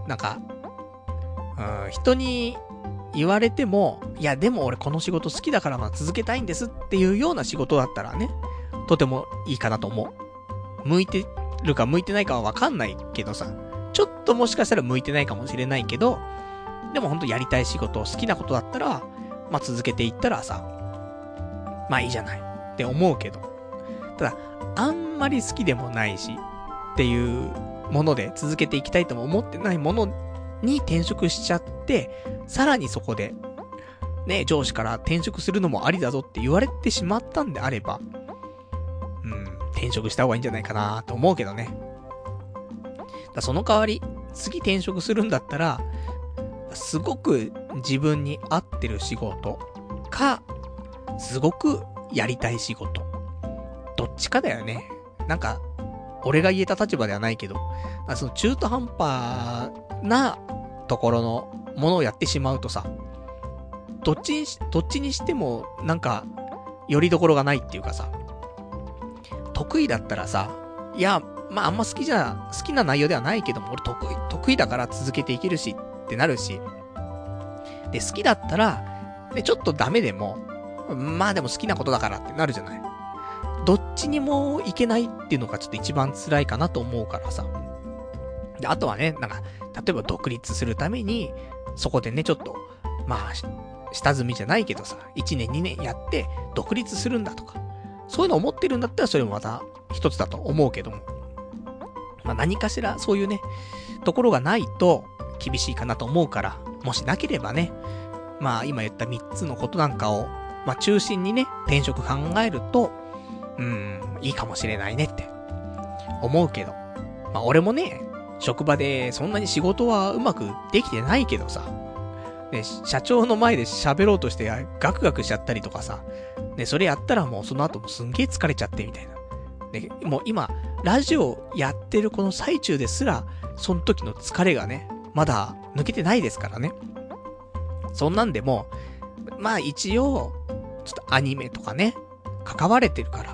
なんか、人に言われても、いやでも俺この仕事好きだから続けたいんですっていうような仕事だったらね、とてもいいかなと思う。向いてるか向いてないかはわかんないけどさ、ちょっともしかしたら向いてないかもしれないけど、でもほんとやりたい仕事、好きなことだったら、まあ続けていったらさ、まあいいじゃないって思うけど、ただ、あんまり好きでもないし、っていうもので続けていきたいとも思ってないものに転職しちゃって、さらにそこで、ね、上司から転職するのもありだぞって言われてしまったんであれば、転職した方がいいんじゃないかなと思うけどね。その代わり、次転職するんだったら、すごく自分に合ってる仕事か、すごくやりたい仕事。どっちかだよね。なんか、俺が言えた立場ではないけど、その中途半端なところのものをやってしまうとさ、どっちにしても、なんか、よりどころがないっていうかさ、得意だったらさ、いや、まああんま好きな内容ではないけども、俺得意だから続けていけるしってなるし、で、好きだったら、で、ちょっとダメでも、まあでも好きなことだからってなるじゃない。どっちにもいけないっていうのがちょっと一番辛いかなと思うからさ。で、あとはね、なんか、例えば独立するために、そこでね、ちょっと、まあ、下積みじゃないけどさ、1年2年やって独立するんだとか、そういうの思ってるんだったらそれもまた一つだと思うけども。まあ何かしらそういうね、ところがないと厳しいかなと思うから、もしなければね、まあ今言った3つのことなんかを、まあ中心にね、転職考えると、いいかもしれないねって思うけど。まあ俺もね、職場でそんなに仕事はうまくできてないけどさ、ね、社長の前で喋ろうとしてガクガクしちゃったりとかさ、ね、それやったらもうその後もすんげえ疲れちゃってみたいな。ね、もう今、ラジオやってるこの最中ですら、その時の疲れがね、まだ抜けてないですからね。そんなんでも、まあ一応、ちょっとアニメとかね、関われてるから。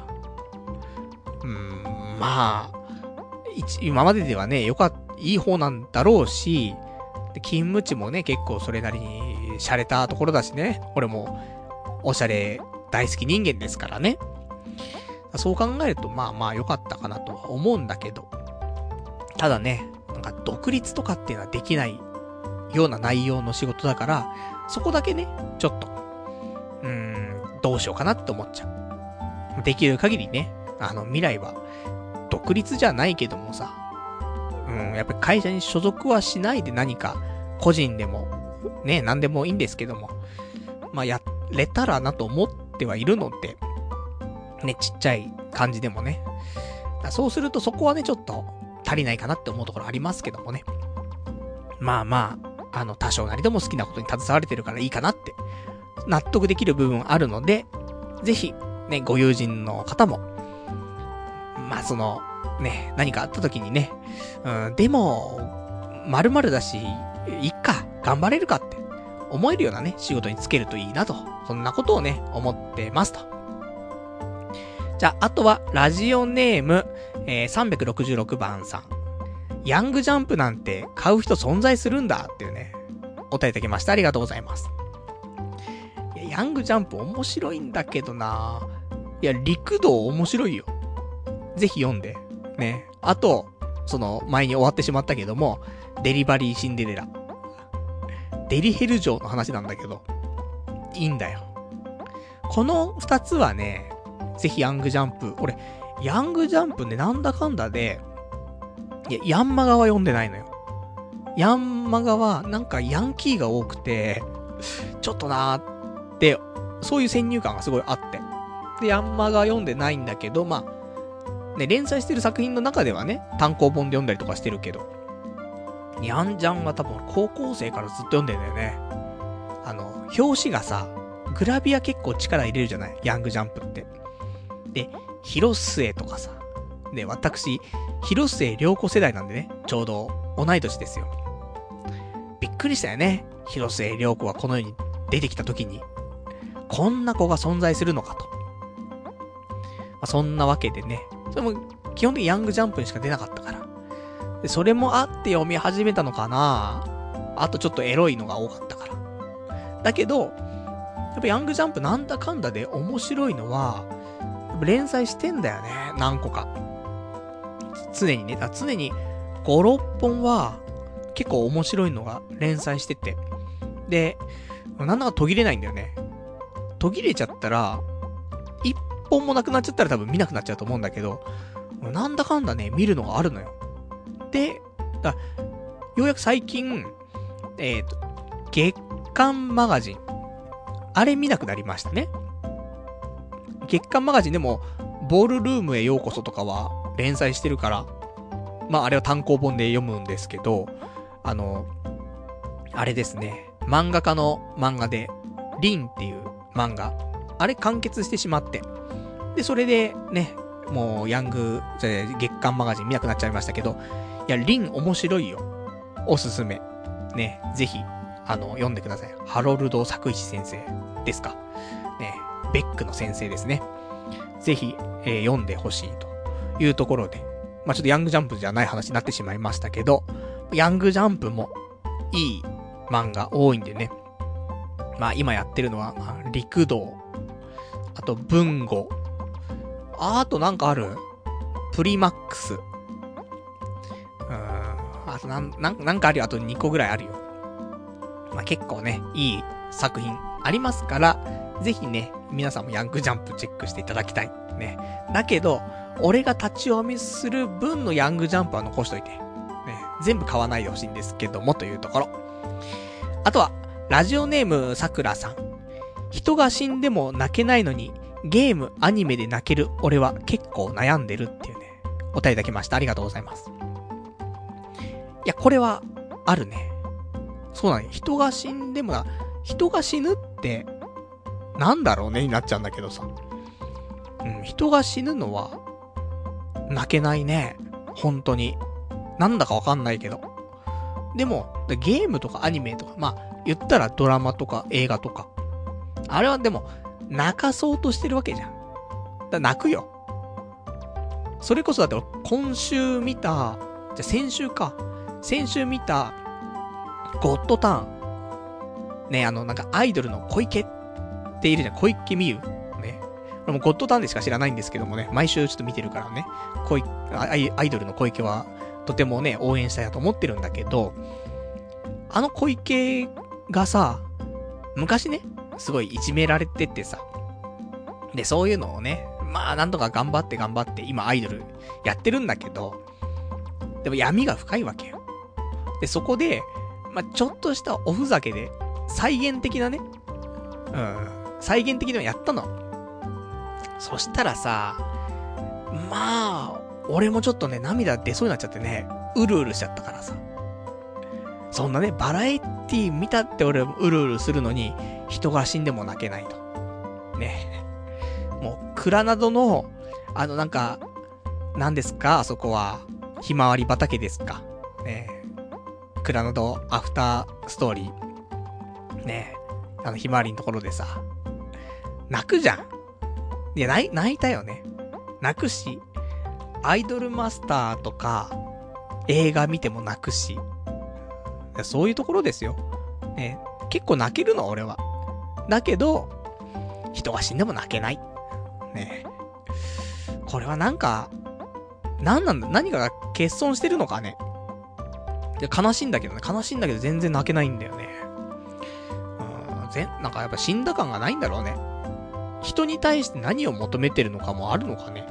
まあ、今までではね、いい方なんだろうし、で勤務地もね、結構それなりに洒落たところだしね。俺も、おしゃれ大好き人間ですからね。そう考えると、まあまあ良かったかなとは思うんだけど。ただね、なんか独立とかっていうのはできないような内容の仕事だから、そこだけね、ちょっと、どうしようかなって思っちゃう。できる限りね、未来は、独立じゃないけどもさ、やっぱり会社に所属はしないで何か、個人でも、ね、何でもいいんですけども、まあやれたらなと思ってはいるので、ね、ちっちゃい感じでもね。そうするとそこはね、ちょっと足りないかなって思うところありますけどもね。まあまあ、多少なりでも好きなことに携われてるからいいかなって、納得できる部分あるので、ぜひ、ね、ご友人の方も、まあね、何かあった時にね、でも、〇〇だし、いっか、頑張れるかって思えるようなね、仕事に就けるといいなと、そんなことをね、思ってますと。じゃあ、あとは、ラジオネーム、366番さん。ヤングジャンプなんて買う人存在するんだっていうね、お答えいただきました。ありがとうございます。いや、ヤングジャンプ面白いんだけどいや、陸道面白いよ。ぜひ読んで。ね。あと、前に終わってしまったけども、デリバリーシンデレラ。デリヘル城の話なんだけど、いいんだよ。この二つはね、ぜひヤングジャンプ、俺、ヤングジャンプね、なんだかんだで、いや、ヤンマガは読んでないのよ。ヤンマガは、なんかヤンキーが多くて、ちょっとなーって、そういう先入観がすごいあって。で、ヤンマガ読んでないんだけど、まあ、ね、連載してる作品の中ではね、単行本で読んだりとかしてるけど、ヤンジャンは多分高校生からずっと読んでんだよね。表紙がさ、グラビア結構力入れるじゃない？ヤングジャンプって。で、広末とかさ。で、私、広末涼子世代なんでね、ちょうど同い年ですよ。びっくりしたよね。広末涼子がこの世に出てきた時に、こんな子が存在するのかと。まあ、そんなわけでね、それも基本的にヤングジャンプにしか出なかったから。 で、それもあって読み始めたのかな。あとちょっとエロいのが多かったから。だけど、やっぱヤングジャンプなんだかんだで面白いのは、やっぱ連載してんだよね。何個か。常にね、常に5、6本は結構面白いのが連載してて。で、なんだか途切れないんだよね。途切れちゃったら、1本もなくなっちゃったら多分見なくなっちゃうと思うんだけど、なんだかんだね、見るのがあるのよ。で、ようやく最近、月刊マガジン。あれ見なくなりましたね。月刊マガジンでも、ボールルームへようこそとかは連載してるから、まああれは単行本で読むんですけど、あれですね、漫画家の漫画で、リンっていう漫画、あれ完結してしまって、で、それでね、もう月刊マガジン見なくなっちゃいましたけど、いや、リン面白いよ。おすすめ。ね、ぜひ、読んでください。ハロルド作一先生ですか。ね、ベックの先生ですね。ぜひ、読んでほしいというところで、まあ、ちょっとヤングジャンプじゃない話になってしまいましたけど、ヤングジャンプもいい漫画多いんでね。まあ、今やってるのは、陸道、あと文語、あとなんかある？プリマックス。あとなんかあるよ。あと2個ぐらいあるよ。まあ、結構ね、いい作品ありますから、ぜひね、皆さんもヤングジャンプチェックしていただきたい。ね。だけど、俺が立ち読みする分のヤングジャンプは残しといて。ね。全部買わないでほしいんですけども、というところ。あとは、ラジオネームさくらさん。人が死んでも泣けないのに、ゲーム、アニメで泣ける俺は結構悩んでるっていうね、お便りいただきました。ありがとうございます。いや、これは、あるね。そうだね。人が死んでも人が死ぬって、なんだろうね、になっちゃうんだけどさ。人が死ぬのは、泣けないね。本当に。なんだかわかんないけど。でも、ゲームとかアニメとか、まあ、言ったらドラマとか映画とか。あれはでも、泣かそうとしてるわけじゃん。泣くよ。それこそだって今週見た、じゃ先週見た、ゴッドターン。ね、なんかアイドルの小池っているじゃん。小池美優。ね。俺もゴッドターンでしか知らないんですけどもね、毎週ちょっと見てるからね。アイドルの小池は、とてもね、応援したいなと思ってるんだけど、小池がさ、昔ね、すごいいじめられててさ。で、そういうのをね、まあなんとか頑張って、今アイドルやってるんだけど、でも闇が深いわけよ。で、そこで、まあちょっとしたおふざけで、再現的なね、再現的なのやったの。そしたらさ、まあ、俺もちょっとね、涙出そうになっちゃってね、うるうるしちゃったからさ。そんなね、バラエティ見たって俺うるうるするのに、人が死んでも泣けないと。ね。もう、蔵などの、なんか、何ですかあそこは。ひまわり畑ですか。ね。蔵などアフターストーリー。ね。ひまわりのところでさ、泣くじゃん。いや、泣いたよね。泣くし、アイドルマスターとか、映画見ても泣くし、そういうところですよ。ね。結構泣けるの、俺は。だけど、人が死んでも泣けない。ね。これはなんか、何かが欠損してるのかね。悲しいんだけど全然泣けないんだよね。なんかやっぱ死んだ感がないんだろうね。人に対して何を求めてるのかもあるのかね。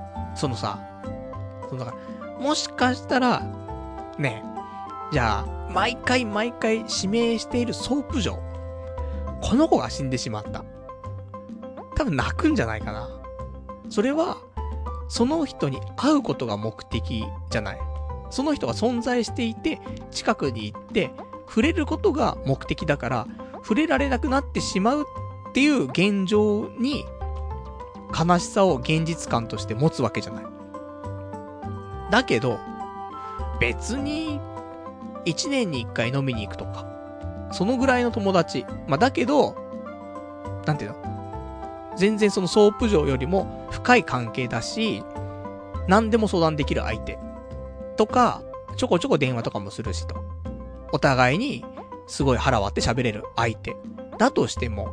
だから、もしかしたら、ね、じゃあ、毎回指名しているソープ嬢。この子が死んでしまった。多分泣くんじゃないかな。それは、その人に会うことが目的じゃない。その人が存在していて、近くに行って、触れることが目的だから、触れられなくなってしまうっていう現状に、悲しさを現実感として持つわけじゃない。だけど、別に、1年に1回飲みに行くとか、そのぐらいの友達。まあ、だけど、なんていうの？全然そのソープ嬢よりも深い関係だし、何でも相談できる相手。とか、 ちょこちょこ電話とかもするしと。お互いに、すごい腹割って喋れる相手。だとしても、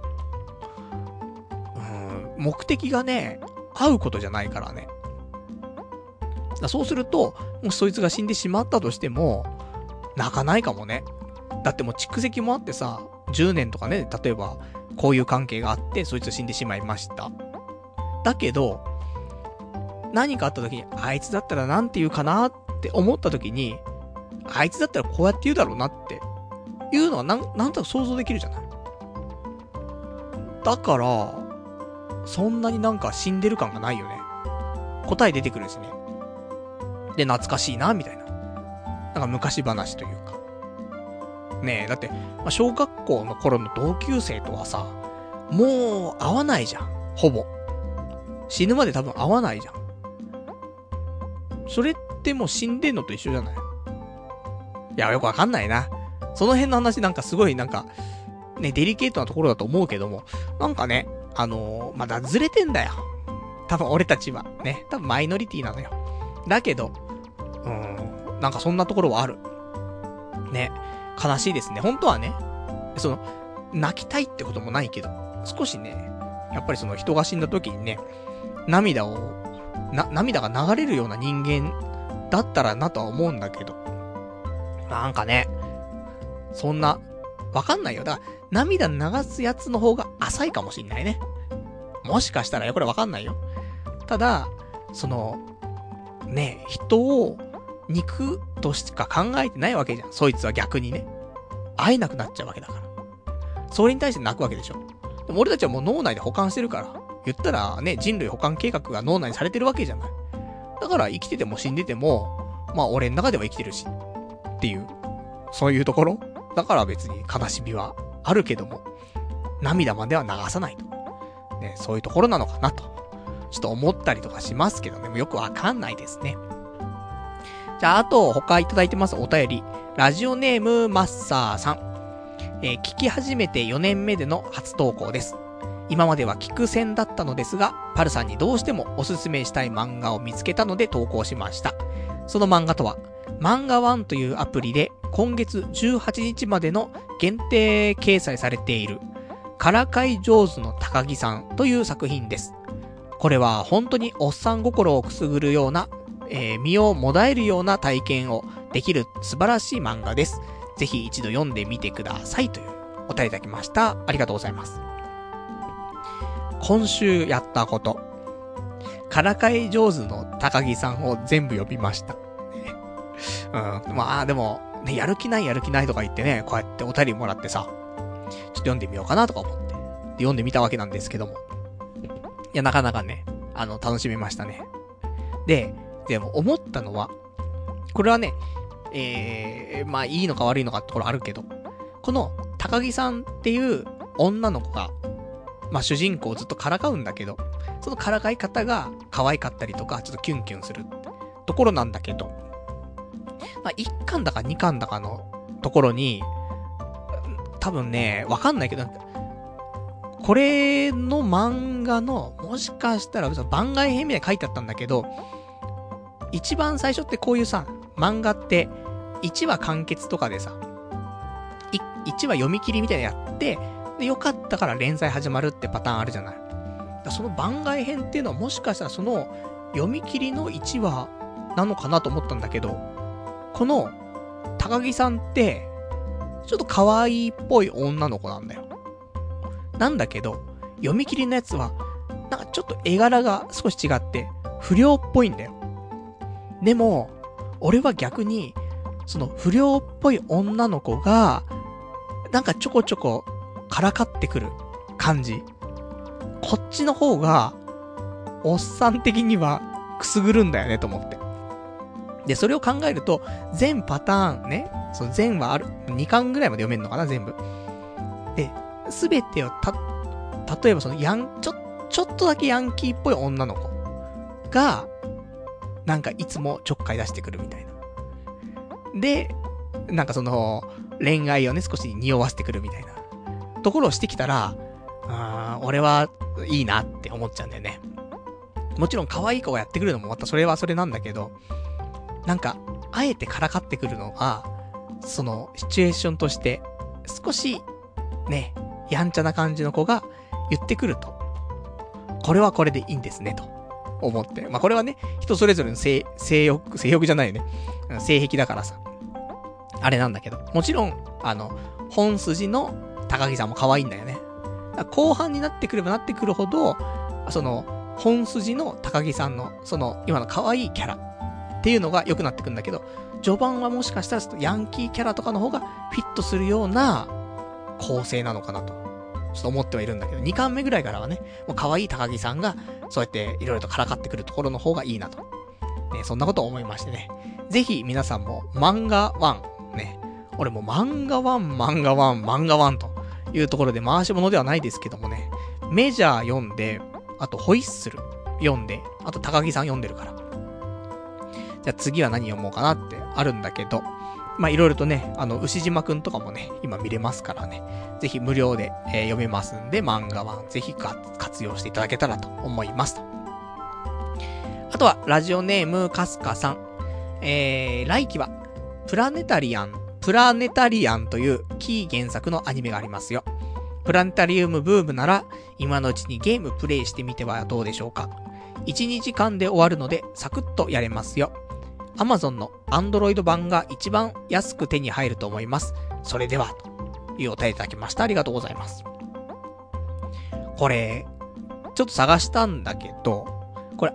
目的がね、会うことじゃないからね。そうすると、もしそいつが死んでしまったとしても、泣かないかもね。だってもう蓄積もあってさ、10年とかね、例えば、こういう関係があって、そいつ死んでしまいました。だけど、何かあった時に、あいつだったらなんて言うかなって思った時に、あいつだったらこうやって言うだろうなっていうのはなんとなく想像できるじゃない。だから、そんなになんか死んでる感がないよね。答え出てくるしね。で、懐かしいな、みたいな。なんか昔話というか。ねえ、だって、小学校の頃の同級生とはさ、もう会わないじゃん。ほぼ。死ぬまで多分会わないじゃん。それってもう死んでんのと一緒じゃない？いや、よくわかんないな。その辺の話なんかすごいなんか、ね、デリケートなところだと思うけども、なんかね、まだずれてんだよ。多分俺たちは。ね。多分マイノリティなのよ。だけど、なんかそんなところはある。ね。悲しいですね。本当はね、泣きたいってこともないけど、少しね、やっぱりその人が死んだ時にね、涙が流れるような人間だったらなとは思うんだけど、なんかね、そんな、わかんないよ。だから、涙流すやつの方が浅いかもしんないね。もしかしたらよ、これわかんないよ。ただ、ね、人を肉としか考えてないわけじゃん。そいつは逆にね。会えなくなっちゃうわけだから。それに対して泣くわけでしょ。でも俺たちはもう脳内で保管してるから。言ったらね、人類保管計画が脳内にされてるわけじゃない。だから生きてても死んでても、まあ俺の中では生きてるし。っていう、そういうところだから別に悲しみはあるけども、涙までは流さないと。ね、そういうところなのかなと。ちょっと思ったりとかしますけどね、もうよくわかんないですね。じゃあ、あと、他いただいてますお便り。ラジオネームマッサーさん。聞き始めて4年目での初投稿です。今までは聞く線だったのですが、パルさんにどうしてもおすすめしたい漫画を見つけたので投稿しました。その漫画とは、漫画1というアプリで今月18日までの限定掲載されている、からかい上手の高木さんという作品です。これは本当におっさん心をくすぐるような、身をもだえるような体験をできる素晴らしい漫画です。ぜひ一度読んでみてくださいというお便りいただきました。ありがとうございます。今週やったこと。からかい上手の高木さんを全部読みました。まあでも、ね、やる気ないとか言ってね、こうやってお便りもらってさ、ちょっと読んでみようかなとか思って、読んでみたわけなんですけども。いや、なかなかね、楽しめましたね。でも思ったのは、これはね、まあいいのか悪いのかってところあるけど、この高木さんっていう女の子が、まあ主人公をずっとからかうんだけど、そのからかい方が可愛かったりとか、ちょっとキュンキュンするところなんだけど、まあ1巻だか2巻だかのところに、多分ね、わかんないけど、これの漫画の、もしかしたら番外編みたいに書いてあったんだけど、一番最初ってこういうさ、漫画って、1話完結とかでさ、1話読み切りみたいなのやって、で、よかったから連載始まるってパターンあるじゃない。その番外編っていうのはもしかしたらその読み切りの1話なのかなと思ったんだけど、この高木さんって、ちょっと可愛いっぽい女の子なんだよ。なんだけど、読み切りのやつは、なんかちょっと絵柄が少し違って、不良っぽいんだよ。でも、俺は逆に、その不良っぽい女の子が、なんかちょこちょこからかってくる感じ。こっちの方が、おっさん的にはくすぐるんだよねと思って。で、それを考えると、全パターンね、その全話ある、2巻ぐらいまで読めるのかな、全部。で、すべてを例えばそのちょっとだけヤンキーっぽい女の子が、なんかいつもちょっかい出してくるみたいな。で、なんかその、恋愛をね、少し匂わせてくるみたいなところをしてきたら、俺はいいなって思っちゃうんだよね。もちろん可愛い子がやってくるのもまたそれはそれなんだけど、なんか、 あえてからかってくるのが、その、シチュエーションとして、少し、ね、やんちゃな感じの子が言ってくると、これはこれでいいんですね、と思って。まあ、これはね、人それぞれの性欲じゃないよね。性癖だからさ。あれなんだけど。もちろん、本筋の高木さんも可愛いんだよね。後半になってくればなってくるほど、その、本筋の高木さんの、その、今の可愛いキャラっていうのが良くなってくんだけど、序盤はもしかしたらちょっとヤンキーキャラとかの方がフィットするような構成なのかなと、ちょっと思ってはいるんだけど、2巻目ぐらいからはね、もう可愛い高木さんが、そうやっていろいろとからかってくるところの方がいいなと。ね、そんなことを思いましてね。ぜひ皆さんも漫画1、ね、俺も漫画1というところで回し物ではないですけどもね、メジャー読んで、あとホイッスル読んで、あと高木さん読んでるから。じゃあ次は何読もうかなってあるんだけど、まあ、いろいろとね、牛島くんとかもね、今見れますからね、ぜひ無料で、読めますんで、漫画はぜひ活用していただけたらと思いますと。あとは、ラジオネーム、かすかさん。来期は、プラネタリアンというキー原作のアニメがありますよ。プラネタリウムブームなら、今のうちにゲームプレイしてみてはどうでしょうか。1、2時間で終わるので、サクッとやれますよ。Amazon の Android 版が一番安く手に入ると思います。それでは、というお便りいただきました。ありがとうございます。これ、ちょっと探したんだけど、これ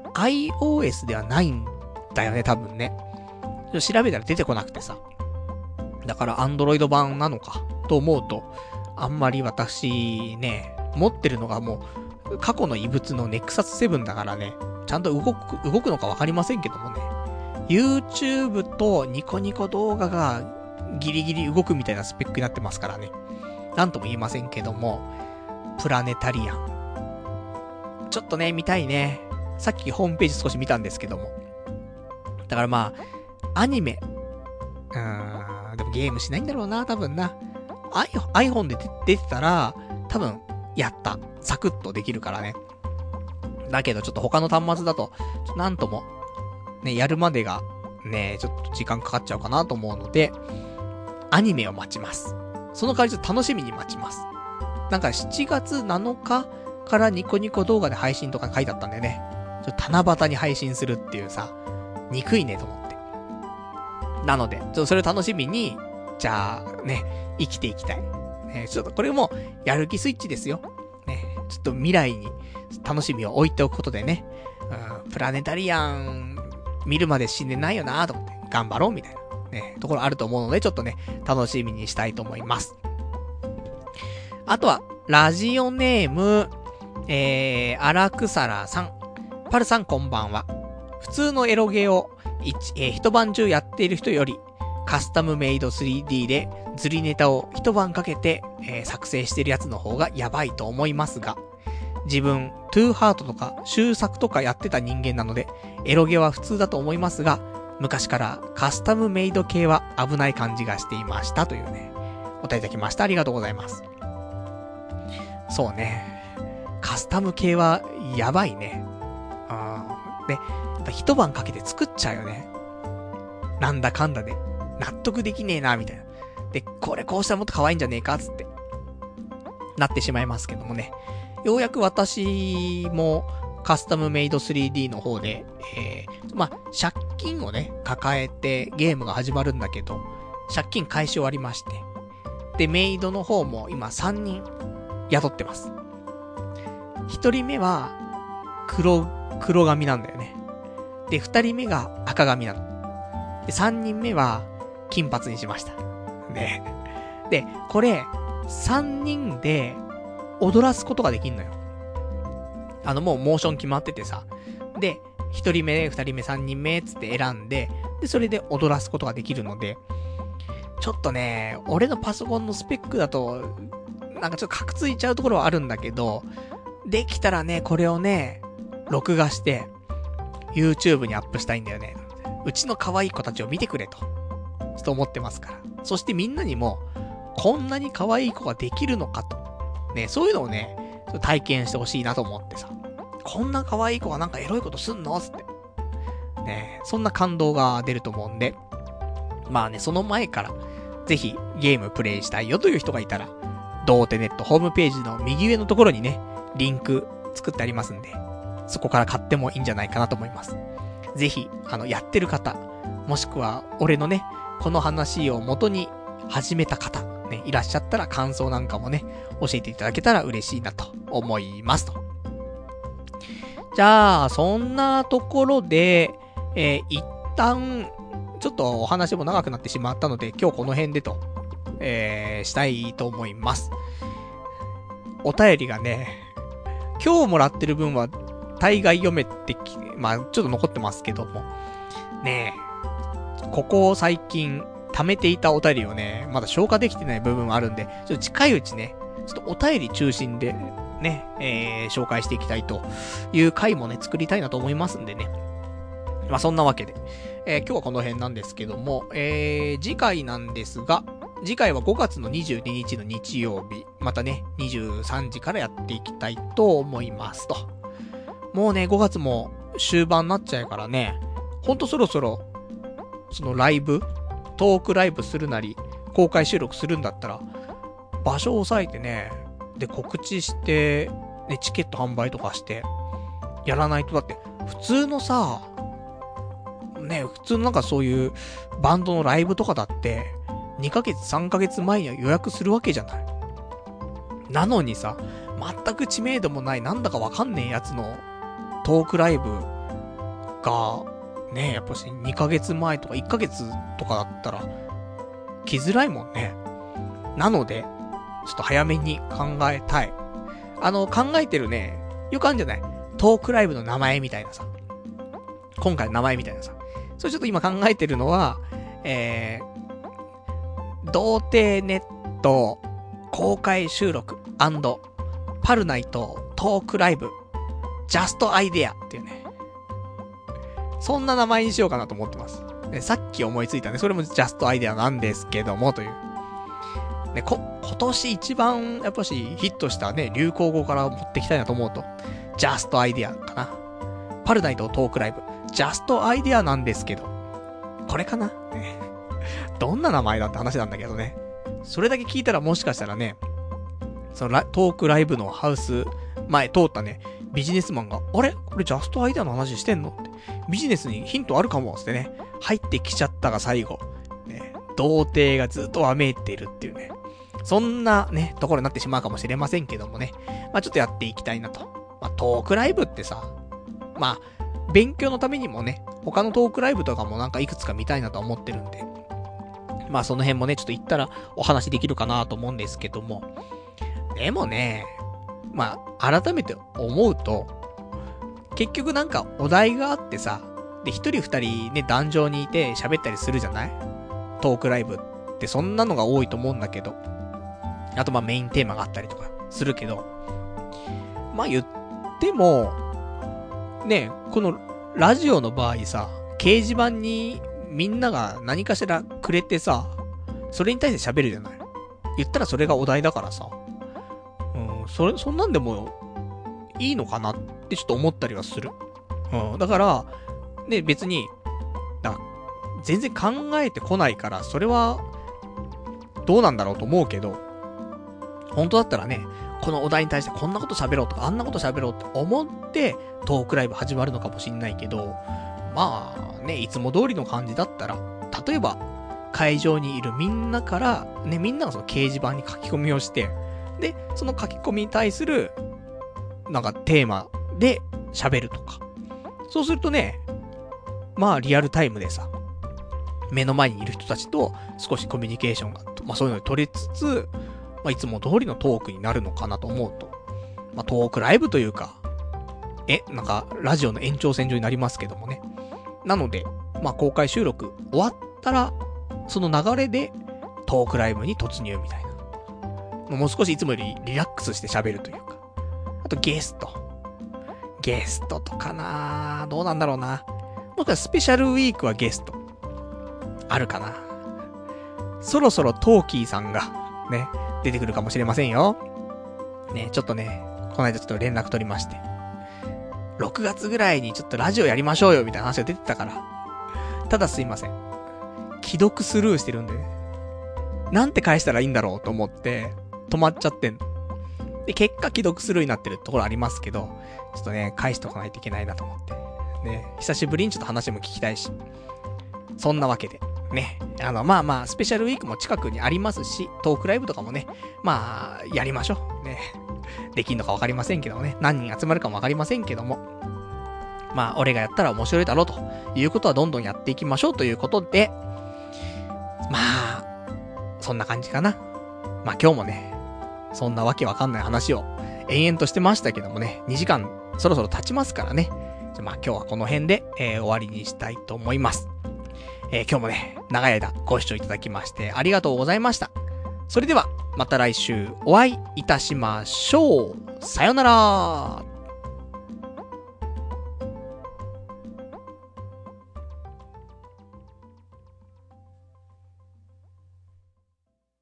iOS ではないんだよね、多分ね。調べたら出てこなくてさ。だから Android 版なのか、と思うと、あんまり私ね、持ってるのがもう、過去の遺物の Nexus 7だからね、ちゃんと動くのかわかりませんけどもね。YouTube とニコニコ動画がギリギリ動くみたいなスペックになってますからね。なんとも言えませんけども、プラネタリアン。ちょっとね、見たいね。さっきホームページ少し見たんですけども。だからまあ、アニメ。でもゲームしないんだろうな、多分な。iPhone で出てたら、多分、やった。サクッとできるからね。だけどちょっと他の端末だと、なんとも、ね、やるまでが、ね、ちょっと時間かかっちゃうかなと思うので、アニメを待ちます。その代わりちょっと楽しみに待ちます。なんか7月7日からニコニコ動画で配信とか書いてあったんだよね。ちょっと七夕に配信するっていうさ、憎いねと思って。なので、ちょっとそれを楽しみに、じゃあ、ね、生きていきたい。ちょっとこれも、やる気スイッチですよ。ね、ちょっと未来に楽しみを置いておくことでね、プラネタリアン、見るまで死んでないよなーと思って、頑張ろうみたいな、ね、ところあると思うので、ちょっとね、楽しみにしたいと思います。あとは、ラジオネーム、荒草らさん。パルさんこんばんは。普通のエロゲーを、一晩中やっている人より、カスタムメイド 3D で、ズリネタを一晩かけて、作成してるやつの方がやばいと思いますが、自分、トゥーハートとか、終作とかやってた人間なので、エロゲは普通だと思いますが、昔からカスタムメイド系は危ない感じがしていましたというね、お答えいただきました。ありがとうございます。そうね。カスタム系はやばいね。で、やっぱ一晩かけて作っちゃうよね。なんだかんだで。納得できねえな、みたいな。で、これこうしたらもっと可愛いんじゃねえか、つって。なってしまいますけどもね。ようやく私もカスタムメイド 3D の方で、借金をね、抱えてゲームが始まるんだけど、借金返し終わりまして。で、メイドの方も今3人雇ってます。1人目は黒髪なんだよね。で、2人目が赤髪なの。で、3人目は金髪にしました。ね。で、これ、3人で踊らすことができんのよ。もうモーション決まっててさ。で、1人目、2人目、3人目つって選んで、で、それで踊らすことができるので、ちょっとね、俺のパソコンのスペックだと、なんかちょっとカクついちゃうところはあるんだけど、できたらね、これをね、録画して、YouTube にアップしたいんだよね。うちの可愛い子たちを見てくれと。ちょっと思ってますから。そしてみんなにも、こんなに可愛い子ができるのかと。ね、そういうのをね、体験してほしいなと思ってさ。こんな可愛い子がなんかエロいことすんのつって。ね、そんな感動が出ると思うんで、 まあね、その前から、ぜひゲームプレイしたいよという人がいたら、童貞ネットホームページの右上のところにね、リンク作ってありますんで、そこから買ってもいいんじゃないかなと思います。ぜひ、やってる方、もしくは、俺のね、この話を元に始めた方、ね、いらっしゃったら感想なんかもね、教えていただけたら嬉しいなと思いますと。じゃあ、そんなところで、一旦、ちょっとお話も長くなってしまったので、今日この辺でと、したいと思います。お便りがね、今日もらってる分は大概読めてまあちょっと残ってますけども、ねえ、ここ最近貯めていたお便りをね、まだ消化できてない部分もあるんで、ちょっと近いうちね、ちょっとお便り中心でね、紹介していきたいという回もね、作りたいなと思いますんでね。まあそんなわけで、今日はこの辺なんですけども、次回なんですが、次回は5月の22日の日曜日、またね、23時からやっていきたいと思いますと。もうね、5月も終盤になっちゃうからね、ほんとそろそろ、そのライブ、トークライブするなり、公開収録するんだったら、場所を押さえてね、で告知して、ね、チケット販売とかして、やらないと、だって、普通のさ、ね、普通のなんかそういうバンドのライブとかだって、2ヶ月3ヶ月前には予約するわけじゃない。なのにさ、全く知名度もないなんだかわかんねえやつのトークライブが、ね、やっぱし2ヶ月前とか1ヶ月とかだったら、来づらいもんね。なので、ちょっと早めに考えたい。考えてるね、よくあるんじゃない？トークライブの名前みたいなさ。今回の名前みたいなさ。それちょっと今考えてるのは、童貞ネット公開収録&パルナイトトークライブジャストアイデアっていうね。そんな名前にしようかなと思ってます。ね、さっき思いついたね。それもジャストアイデアなんですけどもという。ね、今年一番やっぱしヒットしたね、流行語から持ってきたいなと思うと、ジャストアイデアかな。パルナイトトークライブ。ジャストアイデアなんですけど、これかな、ね、どんな名前だって話なんだけどね。それだけ聞いたらもしかしたらね、そのトークライブのハウス前通ったね、ビジネスマンが、あれこれジャストアイデアの話してんのって。ビジネスにヒントあるかもってね、入ってきちゃったが最後。ね、童貞がずっとわめいているっていうね。そんなね、ところになってしまうかもしれませんけどもね。まあちょっとやっていきたいなと。まあトークライブってさ、まあ、勉強のためにもね、他のトークライブとかもなんかいくつか見たいなと思ってるんで。まあその辺もね、ちょっと行ったらお話できるかなと思うんですけども。でもね、まあ改めて思うと、結局なんかお題があってさ、で一人二人ね、壇上にいて喋ったりするじゃない？トークライブってそんなのが多いと思うんだけど。あとまあメインテーマがあったりとかするけど。まあ言っても、ね、このラジオの場合さ、掲示板にみんなが何かしらくれてさ、それに対して喋るじゃない。言ったらそれがお題だからさ、そんなんでもいいのかなってちょっと思ったりはする。だからね、別に全然考えてこないから、それはどうなんだろうと思うけど、本当だったらね、このお題に対してこんなこと喋ろうとかあんなこと喋ろうって思ってトークライブ始まるのかもしんないけど、まあね、いつも通りの感じだったら、例えば会場にいるみんなからね、みんながその掲示板に書き込みをして、でその書き込みに対するなんかテーマで喋るとか、そうするとね、まあリアルタイムでさ、目の前にいる人たちと少しコミュニケーションが、まあそういうのに取りつつ、まあいつも通りのトークになるのかなと思うと、まあトークライブというか、なんかラジオの延長線上になりますけどもね。なので、まあ公開収録終わったら、その流れでトークライブに突入みたいな。もう少しいつもよりリラックスして喋るというか。あとゲストとかな、どうなんだろうな。もしかスペシャルウィークはゲストあるかな。そろそろトーキーさんがね、出てくるかもしれませんよ。ね、ちょっとね、この間ちょっと連絡取りまして。6月ぐらいにちょっとラジオやりましょうよみたいな話が出てたから。ただすいません。昨既読スルーしてるんでね。なんて返したらいいんだろうと思って、止まっちゃってんの。で、結果既読スルーになってるところありますけど、ちょっとね、返しとかないといけないなと思って。ね、久しぶりにちょっと話も聞きたいし。そんなわけで、ね。まあまあ、スペシャルウィークも近くにありますし、トークライブとかもね、まあ、やりましょう。ね。できんのかわかりませんけどもね。何人集まるかもわかりませんけども。まあ、俺がやったら面白いだろうということはどんどんやっていきましょうということで、まあ、そんな感じかな。まあ今日もね、そんなわけわかんない話を延々としてましたけどもね、2時間そろそろ経ちますからね。まあ今日はこの辺で、終わりにしたいと思います。今日もね、長い間ご視聴いただきましてありがとうございました。それではまた来週お会いいたしましょう。さよなら。